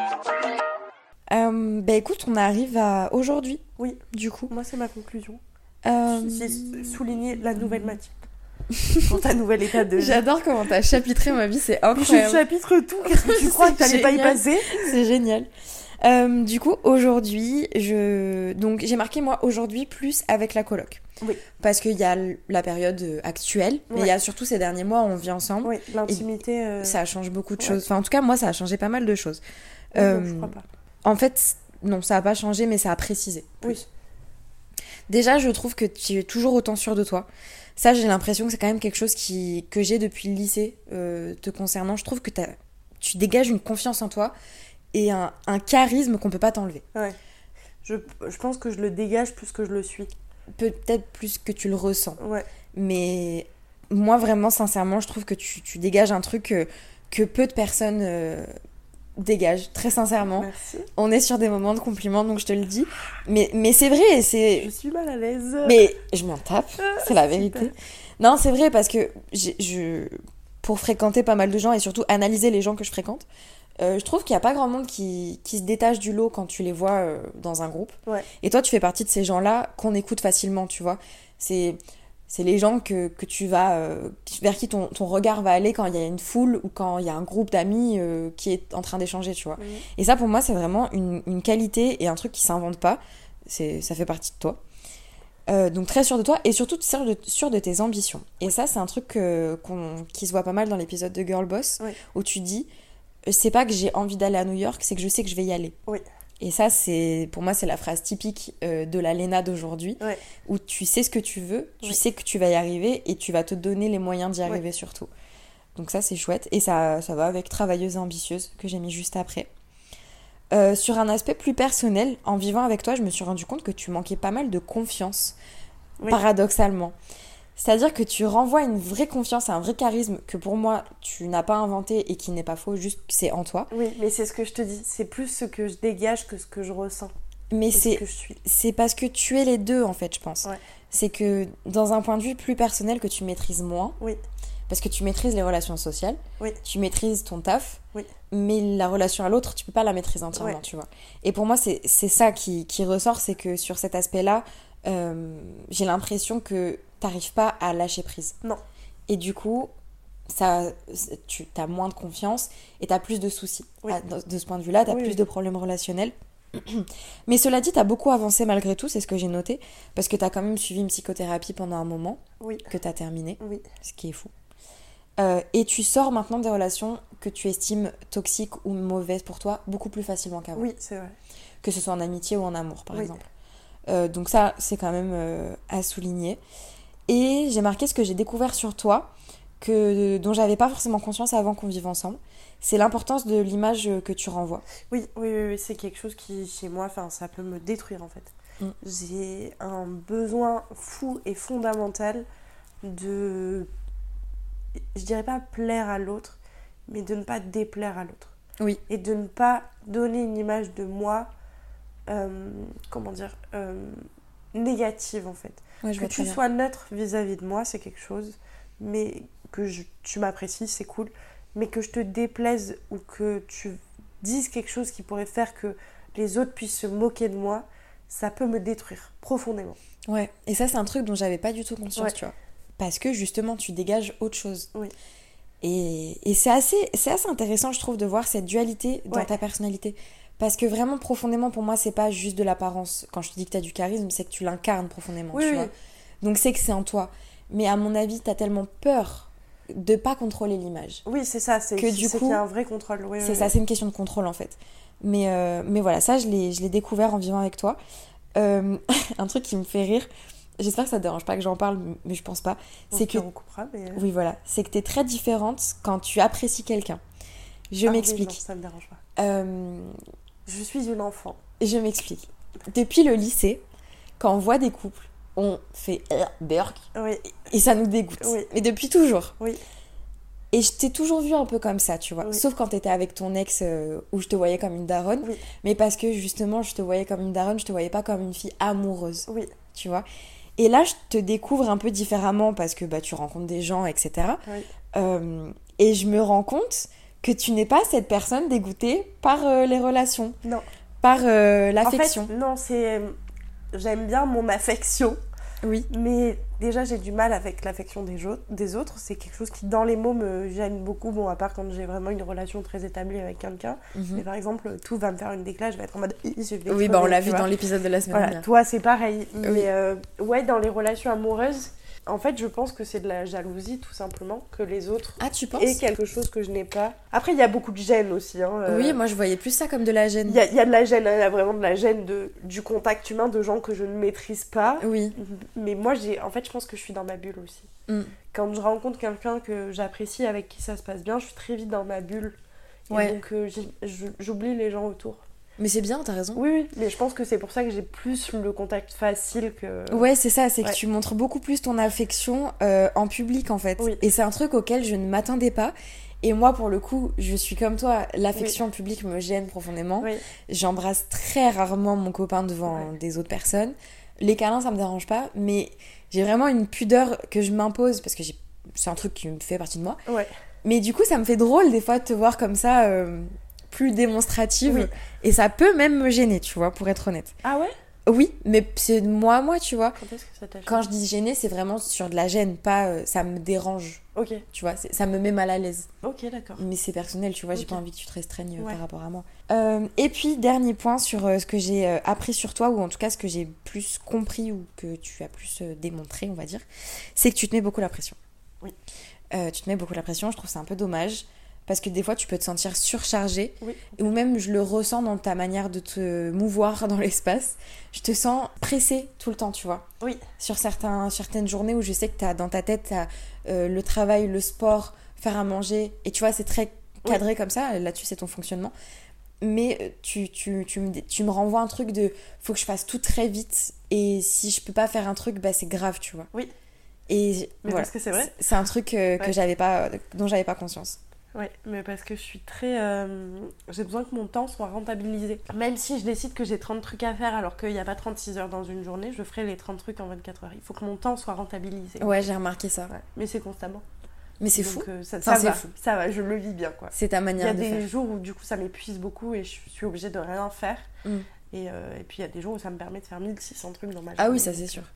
Euh, bah écoute, on arrive à aujourd'hui. Oui. Du coup. Moi, c'est ma conclusion. Euh... J'ai souligné la nouvelle matière. Pour ta nouvelle étape de vie. J'adore comment t'as chapitré ma vie, c'est incroyable. Je chapitre tout, qu'est-ce que tu crois que t'allais pas y passer? C'est génial. Euh, du coup, aujourd'hui, je... Donc, j'ai marqué, moi, aujourd'hui, plus avec la coloc. Oui. Parce qu'il y a la période actuelle, mais il ouais. y a surtout ces derniers mois où on vit ensemble. Oui, l'intimité... Euh... Ça change beaucoup de ouais. choses. Enfin, en tout cas, moi, ça a changé pas mal de choses. Oui, euh... non, je crois pas. En fait, non, ça a pas changé, mais ça a précisé. Plus. Oui. Déjà, je trouve que tu es toujours autant sûre de toi. Ça, j'ai l'impression que c'est quand même quelque chose qui... que j'ai depuis le lycée euh, te concernant. Je trouve que t'as... tu dégages une confiance en toi et un, un charisme qu'on peut pas t'enlever. Ouais. Je, je pense que je le dégage plus que je le suis. Peut-être plus que tu le ressens. Ouais. Mais moi, vraiment, sincèrement, je trouve que tu, tu dégages un truc que, que peu de personnes euh, dégagent, très sincèrement. Merci. On est sur des moments de compliments, donc je te le dis. Mais, mais c'est vrai, c'est... Je suis mal à l'aise. Mais je m'en tape, c'est la vérité. Super. Non, c'est vrai, parce que j'ai, je, pour fréquenter pas mal de gens et surtout analyser les gens que je fréquente, Euh, je trouve qu'il n'y a pas grand monde qui, qui se détache du lot quand tu les vois euh, dans un groupe. Ouais. Et toi, tu fais partie de ces gens-là qu'on écoute facilement, tu vois. C'est, c'est les gens que, que tu vas, euh, vers qui ton, ton regard va aller quand il y a une foule ou quand il y a un groupe d'amis euh, qui est en train d'échanger, tu vois. Mmh. Et ça, pour moi, c'est vraiment une, une qualité et un truc qui ne s'invente pas. C'est, ça fait partie de toi. Euh, donc très sûr de toi et surtout sûr de, sûr de tes ambitions. Et ça, c'est un truc euh, qu'on, qui se voit pas mal dans l'épisode de Girl Boss, ouais. où tu dis... c'est pas que j'ai envie d'aller à New York, c'est que je sais que je vais y aller. Oui. Et ça, c'est, pour moi, c'est la phrase typique euh, de la Léna d'aujourd'hui, ouais. où tu sais ce que tu veux, tu oui. sais que tu vas y arriver et tu vas te donner les moyens d'y arriver, ouais. surtout. Donc ça, c'est chouette. Et ça, ça va avec travailleuse et ambitieuse, que j'ai mis juste après. Euh, sur un aspect plus personnel, en vivant avec toi, je me suis rendu compte que tu manquais pas mal de confiance, oui. paradoxalement. C'est-à-dire que tu renvoies une vraie confiance, un vrai charisme que pour moi, tu n'as pas inventé et qui n'est pas faux, juste que c'est en toi. Oui, mais c'est ce que je te dis. C'est plus ce que je dégage que ce que je ressens. Mais c'est, ce que je suis. C'est parce que tu es les deux, en fait, je pense. Ouais. C'est que dans un point de vue plus personnel que tu maîtrises moins, oui. parce que tu maîtrises les relations sociales, oui. tu maîtrises ton taf, oui. mais la relation à l'autre, tu peux pas la maîtriser entièrement, ouais. tu vois. Et pour moi, c'est, c'est ça qui, qui ressort, c'est que sur cet aspect-là, euh, j'ai l'impression que t'arrives pas à lâcher prise. Non. Et du coup, ça, tu as moins de confiance et t'as plus de soucis. Oui. De ce point de vue-là, t'as oui, plus oui. de problèmes relationnels. Mais cela dit, t'as beaucoup avancé malgré tout, c'est ce que j'ai noté, parce que t'as quand même suivi une psychothérapie pendant un moment, oui. que t'as terminé, oui. ce qui est fou. Euh, et tu sors maintenant des relations que tu estimes toxiques ou mauvaises pour toi beaucoup plus facilement qu'avant. Oui, c'est vrai. Que ce soit en amitié ou en amour, par oui. exemple. Euh, donc ça, c'est quand même euh, à souligner. Et j'ai marqué ce que j'ai découvert sur toi, que, dont j'avais pas forcément conscience avant qu'on vive ensemble. C'est l'importance de l'image que tu renvoies. Oui, oui, oui, oui, c'est quelque chose qui, chez moi, ça peut me détruire en fait. Mm. J'ai un besoin fou et fondamental de, je dirais pas plaire à l'autre, mais de ne pas déplaire à l'autre. Oui. Et de ne pas donner une image de moi, euh, comment dire, euh, négative en fait. Ouais, je que tu bien. sois neutre vis-à-vis de moi, c'est quelque chose, mais que je, tu m'apprécies, c'est cool, mais que je te déplaise ou que tu dises quelque chose qui pourrait faire que les autres puissent se moquer de moi, ça peut me détruire profondément. Ouais, et ça c'est un truc dont j'avais pas du tout conscience, ouais. tu vois. Parce que justement, tu dégages autre chose. Oui. Et, et c'est, assez, c'est assez intéressant, je trouve, de voir cette dualité dans ouais. ta personnalité. Parce que vraiment, profondément, pour moi, c'est pas juste de l'apparence. Quand je te dis que t'as du charisme, c'est que tu l'incarnes profondément, oui, tu oui. vois. Donc c'est que c'est en toi. Mais à mon avis, t'as tellement peur de pas contrôler l'image. Oui, c'est ça. C'est, que du c'est coup, qu'il y a un vrai contrôle. Oui, c'est oui, ça, oui. c'est une question de contrôle, en fait. Mais, euh, mais voilà, ça, je l'ai, je l'ai découvert en vivant avec toi. Euh, un truc qui me fait rire, j'espère que ça te dérange pas que j'en parle, mais je pense pas. C'est okay, que... on coupera, mais... Oui, voilà. C'est que t'es très différente quand tu apprécies quelqu'un. Je ah, m'explique. Oui, non, ça me dérange pas. Euh, Je suis une enfant. je m'explique. Depuis le lycée, quand on voit des couples, on fait euh, berk Oui. et ça nous dégoûte. Oui. Mais depuis toujours. Oui. Et je t'ai toujours vu un peu comme ça, tu vois. Oui. Sauf quand t'étais avec ton ex euh, où je te voyais comme une daronne. Oui. Mais parce que justement, je te voyais comme une daronne, je te voyais pas comme une fille amoureuse. Oui. Tu vois. Et là, je te découvre un peu différemment parce que bah, tu rencontres des gens, et cetera. Oui. Euh, et je me rends compte que tu n'es pas cette personne dégoûtée par euh, les relations. Non. Par euh, l'affection. En fait, non, c'est... J'aime bien mon affection. Oui. Mais déjà, j'ai du mal avec l'affection des, jo- des autres. C'est quelque chose qui, dans les mots, me gêne beaucoup. Bon, à part quand j'ai vraiment une relation très établie avec quelqu'un. Mhm. Mais par exemple, tout va me faire une déclate. Je vais être en mode... Je vais Oui, crever, bah on l'a tu vu vois. dans l'épisode de la semaine Voilà, dernière. toi, c'est pareil. Mais Oui. euh, ouais, dans les relations amoureuses, en fait, je pense que c'est de la jalousie, tout simplement, que les autres Ah, tu penses? aient quelque chose que je n'ai pas. Après, il y a beaucoup de gêne aussi. Hein, euh, Oui, moi je voyais plus ça comme de la gêne. Il y a, il y a de la gêne, hein, il y a vraiment de la gêne de, du contact humain de gens que je ne maîtrise pas. Oui. Mais moi, j'ai, en fait, je pense que je suis dans ma bulle aussi. Mm. Quand je rencontre quelqu'un que j'apprécie, avec qui ça se passe bien, je suis très vite dans ma bulle. Et Ouais. donc, euh, j'ai- je- j'oublie les gens autour. Mais c'est bien, t'as raison. Oui, oui, mais je pense que c'est pour ça que j'ai plus le contact facile que... Ouais, c'est ça, c'est Ouais. que tu montres beaucoup plus ton affection euh, en public en fait. Oui. Et c'est un truc auquel je ne m'attendais pas. Et moi, pour le coup, je suis comme toi, l'affection en public me gêne profondément. Oui. J'embrasse très rarement mon copain devant Ouais. des autres personnes. Les câlins, ça me dérange pas, mais j'ai vraiment une pudeur que je m'impose parce que j'ai... c'est un truc qui me fait partie de moi. Ouais. Mais du coup, ça me fait drôle des fois de te voir comme ça, euh, plus démonstrative. Oui. Et ça peut même me gêner, tu vois, pour être honnête. Ah ouais? Oui, mais c'est moi à moi, tu vois. Quand est-ce que ça t'a fait? Quand je dis gêner, c'est vraiment sur de la gêne, pas euh, ça me dérange, Ok, tu vois. c'est- Ça me met mal à l'aise. ok, d'accord. Mais c'est personnel, tu vois, j'ai Ok. pas envie que tu te restreignes euh, Ouais. par rapport à moi. Euh, et puis, dernier point sur euh, ce que j'ai euh, appris sur toi, ou en tout cas ce que j'ai plus compris, ou que tu as plus euh, démontré, on va dire, c'est que tu te mets beaucoup la pression. Oui. Euh, tu te mets beaucoup la pression, je trouve ça un peu dommage. Parce que des fois, tu peux te sentir surchargée. Oui. Ou même, je le ressens dans ta manière de te mouvoir dans l'espace. Je te sens pressée tout le temps, tu vois. Oui. Sur certains, certaines journées où je sais que t'as, dans ta tête, tu as le travail, le sport, faire à manger. Et tu vois, c'est très cadré comme ça. Là-dessus, c'est ton fonctionnement. Mais euh, tu, tu, tu, me, tu me renvoies un truc de faut que je fasse tout très vite. Et si je peux pas faire un truc, bah, c'est grave, tu vois. Oui. Et Mais voilà. parce que c'est vrai. C'est un truc euh, que Ouais. j'avais pas, dont j'avais pas conscience. Ouais, mais parce que je suis très... euh, j'ai besoin que mon temps soit rentabilisé. Même si je décide que j'ai trente trucs à faire alors qu'il n'y a pas trente-six heures dans une journée, je ferai les trente trucs en vingt-quatre heures. Il faut que mon temps soit rentabilisé. Ouais, j'ai remarqué ça. Ouais. Mais c'est constamment. Mais c'est Donc, fou. euh, ça, Enfin, ça c'est va, fou. ça va, je le vis bien, quoi. C'est ta Il y manière a de des faire. jours où du coup ça m'épuise beaucoup et je suis obligée de rien faire. Mm. Et, euh, et puis il y a des jours où ça me permet de faire mille six cents trucs dans ma journée. Ah oui, ça c'est sûr.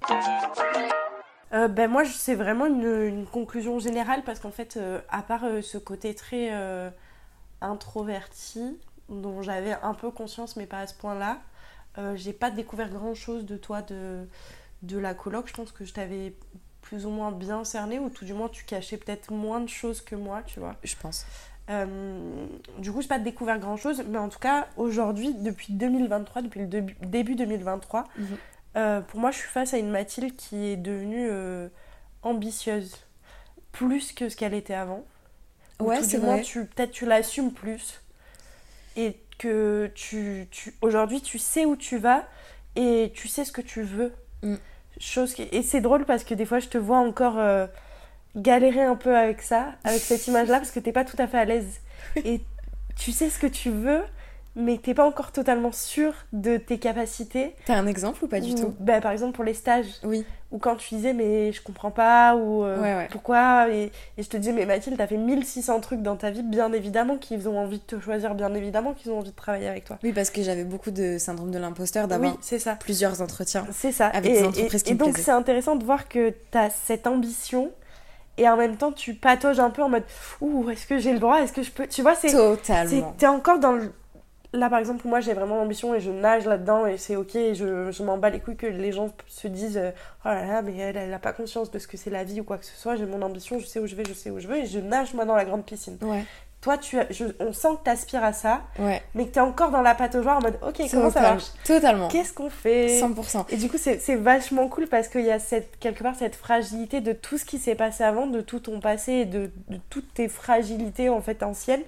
Euh, ben moi, je- c'est vraiment une, une conclusion générale parce qu'en fait, euh, à part euh, ce côté très euh, introverti, dont j'avais un peu conscience, mais pas à ce point-là, euh, j'ai pas découvert grand-chose de toi, de, de la coloc. Je pense que je t'avais plus ou moins bien cerné, ou tout du moins tu cachais peut-être moins de choses que moi, tu vois. Je pense. Euh, du coup, j'ai pas découvert grand-chose, mais en tout cas, aujourd'hui, depuis deux mille vingt-trois, depuis le début, début deux mille vingt-trois, Mhm. euh, pour moi, je suis face à une Mathilde qui est devenue euh, ambitieuse, plus que ce qu'elle était avant. Ou Ouais, tout c'est du moins, vrai. tu, peut-être tu l'assumes plus. Et que tu, tu, aujourd'hui, tu sais où tu vas et tu sais ce que tu veux. Mm. Chose qui, et c'est drôle parce que des fois, je te vois encore euh, galérer un peu avec ça, avec cette image-là, parce que t'es pas tout à fait à l'aise. Et tu sais ce que tu veux, mais t'es pas encore totalement sûre de tes capacités. T'as un exemple ou pas du Ou, tout? bah, par exemple, pour les stages. Oui. Ou quand tu disais, mais je comprends pas, ou euh, Ouais, ouais. pourquoi. Et, et je te disais, mais Mathilde, t'as fait mille six cents trucs dans ta vie, bien évidemment qu'ils ont envie de te choisir, bien évidemment qu'ils ont envie de travailler avec toi. Oui, parce que j'avais beaucoup de syndrome de l'imposteur d'avoir Oui, c'est ça. plusieurs entretiens C'est ça. avec et, des entreprises et, qui et me donc, plaisaient. c'est intéressant de voir que t'as cette ambition. Et en même temps, tu patauges un peu en mode, ouh, est-ce que j'ai le droit? Est-ce que je peux? Tu vois, c'est. Totalement. c'est- T'es encore dans le. Là, par exemple, moi, j'ai vraiment l'ambition et je nage là-dedans et c'est ok. Et je, je m'en bats les couilles que les gens se disent, euh, oh là là, mais elle, elle a pas conscience de ce que c'est la vie ou quoi que ce soit. J'ai mon ambition, je sais où je vais, je sais où je veux et je nage, moi, dans la grande piscine. Ouais. Toi, tu as, je, on sent que t'aspires à ça, Ouais. mais que t'es encore dans la pataugeoire en mode, ok, comment ça Total- marche? Totalement. Qu'est-ce qu'on fait? cent pour cent. Et du coup, c'est, c'est vachement cool parce qu'il y a cette, quelque part cette fragilité de tout ce qui s'est passé avant, de tout ton passé et de, de toutes tes fragilités en fait anciennes.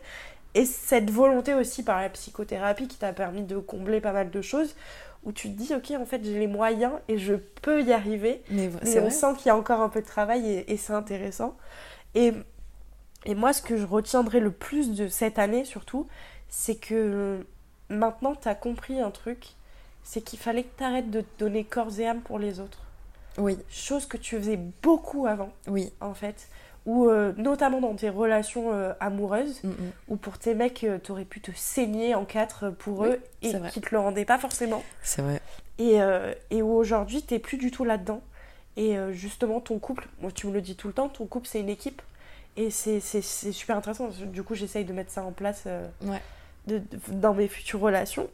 et cette volonté aussi par la psychothérapie qui t'a permis de combler pas mal de choses, où tu te dis, ok, en fait, j'ai les moyens et je peux y arriver. Mais, mais on vrai. sent qu'il y a encore un peu de travail et, et c'est intéressant. Et, et moi, ce que je retiendrai le plus de cette année, surtout, c'est que maintenant, tu as compris un truc, c'est qu'il fallait que tu arrêtes de te donner corps et âme pour les autres. Oui. Chose que tu faisais beaucoup avant, oui. en fait. Ou euh, notamment dans tes relations euh, amoureuses, mm-hmm. où pour tes mecs, euh, t'aurais pu te saigner en quatre pour oui, eux et qui te le rendaient pas forcément. C'est vrai. Et, euh, et où aujourd'hui, t'es plus du tout là-dedans. Et euh, justement, ton couple, moi, tu me le dis tout le temps, ton couple, c'est une équipe. Et c'est, c'est, c'est super intéressant. Du coup, j'essaye de mettre ça en place euh, ouais. de, de, dans mes futures relations.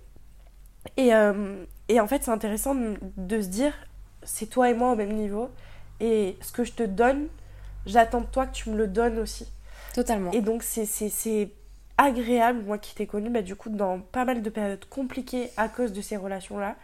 Et, euh, et en fait, c'est intéressant de, de se dire, c'est toi et moi au même niveau. Et ce que je te donne, j'attends de toi que tu me le donnes aussi. Totalement. Et donc, c'est, c'est, c'est agréable, moi qui t'ai connue, bah, du coup, dans pas mal de périodes compliquées à cause de ces relations-là,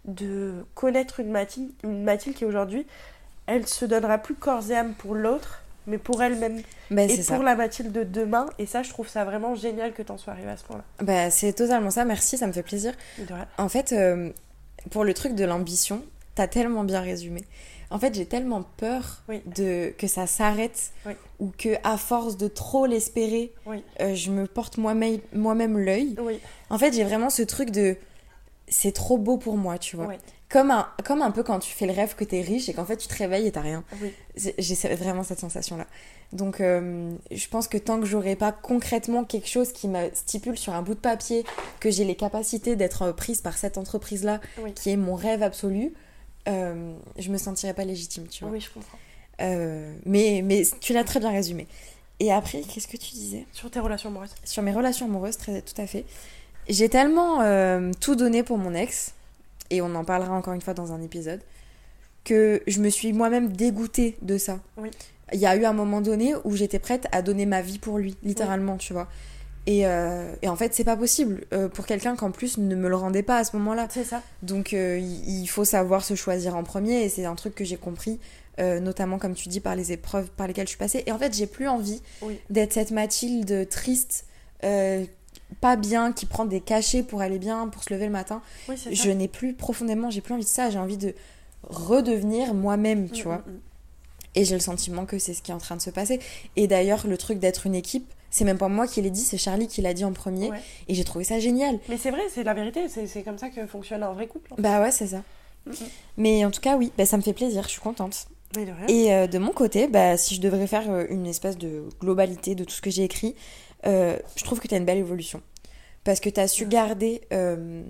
de connaître une Mathilde, une Mathilde qui aujourd'hui, elle se donnera plus corps et âme pour l'autre, mais pour elle-même. Ben, et c'est pour ça. La Mathilde de demain. Et ça, je trouve ça vraiment génial que t'en sois arrivée à ce point-là. Ben, c'est totalement ça. Merci, ça me fait plaisir. En fait, euh, pour le truc de l'ambition, t'as tellement bien résumé. En fait, j'ai tellement peur oui. de, que ça s'arrête oui. ou que, à force de trop l'espérer, oui. euh, je me porte moi-même, moi-même l'œil. Oui. En fait, j'ai vraiment ce truc de... C'est trop beau pour moi, tu vois. Oui. Comme un, comme un peu quand tu fais le rêve que t'es riche et qu'en fait, tu te réveilles et t'as rien. Oui. J'ai, j'ai vraiment cette sensation-là. Donc, euh, je pense que tant que j'aurai pas concrètement quelque chose qui me stipule sur un bout de papier que j'ai les capacités d'être prise par cette entreprise-là, oui. qui est mon rêve absolu, Euh, je me sentirais pas légitime, tu vois. Oui, je comprends. Euh, mais, mais tu l'as très bien résumé. Et après, qu'est-ce que tu disais ? Sur tes relations amoureuses. Sur mes relations amoureuses, très, tout à fait. J'ai tellement euh, tout donné pour mon ex, et on en parlera encore une fois dans un épisode, que je me suis moi-même dégoûtée de ça. Oui. Il y a eu un moment donné où j'étais prête à donner ma vie pour lui, littéralement, oui. tu vois. Et, euh, et en fait, c'est pas possible euh, pour quelqu'un qu'en plus ne me le rendait pas à ce moment-là. C'est ça. Donc, euh, il, il faut savoir se choisir en premier. Et c'est un truc que j'ai compris, euh, notamment, comme tu dis, par les épreuves par lesquelles je suis passée. Et en fait, j'ai plus envie oui. d'être cette Mathilde triste, euh, pas bien, qui prend des cachets pour aller bien, pour se lever le matin. Oui, c'est ça. Je n'ai plus profondément, j'ai plus envie de ça. J'ai envie de redevenir moi-même, tu mmh, vois. Mmh. Et j'ai le sentiment que c'est ce qui est en train de se passer. Et d'ailleurs, le truc d'être une équipe, c'est même pas moi qui l'ai dit, c'est Charlie qui l'a dit en premier. Ouais. Et j'ai trouvé ça génial. Mais c'est vrai, c'est la vérité. C'est, c'est comme ça que fonctionne un vrai couple. En fait. Bah ouais, c'est ça. Mm-hmm. Mais en tout cas, oui, bah, ça me fait plaisir, je suis contente. Mais de rien. Et euh, de mon côté, bah, si je devrais faire euh, une espèce de globalité de tout ce que j'ai écrit, euh, je trouve que tu as une belle évolution. Parce que tu as su garder euh,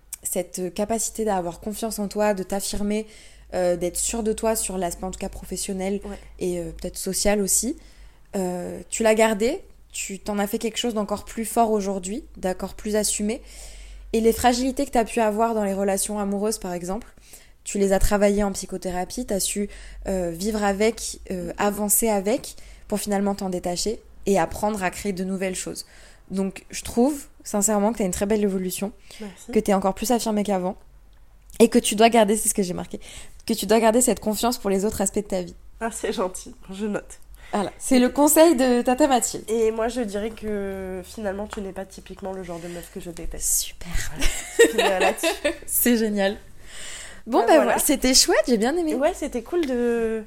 cette capacité d'avoir confiance en toi, de t'affirmer, euh, d'être sûre de toi sur l'aspect en tout cas professionnel ouais. et euh, peut-être social aussi. Euh, tu l'as gardé. Tu t'en as fait quelque chose d'encore plus fort aujourd'hui, d'encore plus assumé. Et les fragilités que tu as pu avoir dans les relations amoureuses, par exemple, tu les as travaillées en psychothérapie, tu as su euh, vivre avec, euh, avancer avec, pour finalement t'en détacher et apprendre à créer de nouvelles choses. Donc, je trouve, sincèrement, que tu as une très belle évolution, Merci. Que tu es encore plus affirmée qu'avant, et que tu dois garder, c'est ce que j'ai marqué, que tu dois garder cette confiance pour les autres aspects de ta vie. Ah, c'est gentil, je note. Voilà, c'est le conseil de Tata Mathilde. Et moi, je dirais que finalement, tu n'es pas typiquement le genre de meuf que je déteste. Super. Voilà. C'est génial. Bon, bah, bah voilà. c'était chouette, j'ai bien aimé. Ouais, c'était cool de...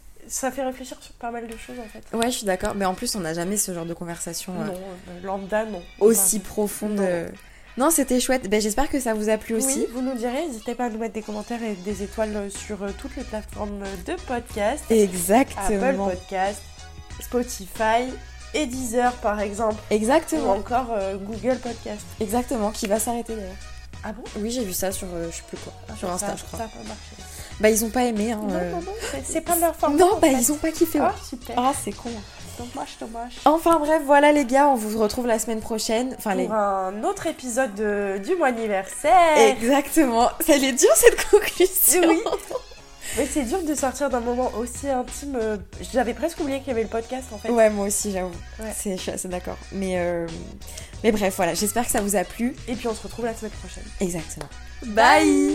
Ça fait réfléchir sur pas mal de choses, en fait. Ouais, je suis d'accord. Mais en plus, on n'a jamais ce genre de conversation... Non, euh, euh, lambda, non. Aussi enfin, profonde. Non, euh... non c'était chouette. Ben, j'espère que ça vous a plu aussi. Oui, vous nous direz. N'hésitez pas à nous mettre des commentaires et des étoiles sur euh, toutes les plateformes de podcast. Exactement. Apple Podcast, Spotify et Deezer, par exemple. Exactement. Ou encore euh, Google Podcast. Exactement, qui va s'arrêter d'ailleurs. Ah bon ? Oui, j'ai vu ça sur, euh, je sais plus quoi, ah, sur Insta, ça, je crois. Ça a pas marché. Bah, ils ont pas aimé. Hein, non, euh... non, non, c'est, c'est pas leur format. Non, bah, en fait. ils ont pas kiffé. Ah, ouais. super. Ah, c'est con. Dommage, dommage. Enfin bref, voilà les gars, on vous retrouve la semaine prochaine. Enfin, Pour les... un autre épisode de... du mois anniversaire. Exactement. Ça allait dur cette conclusion. Oui. Mais c'est dur de sortir d'un moment aussi intime. J'avais presque oublié qu'il y avait le podcast en fait. Ouais, moi aussi, j'avoue. Ouais. C'est, je suis assez d'accord. Mais, euh... Mais bref, voilà, j'espère que ça vous a plu. Et puis on se retrouve la semaine prochaine. Exactement. Bye.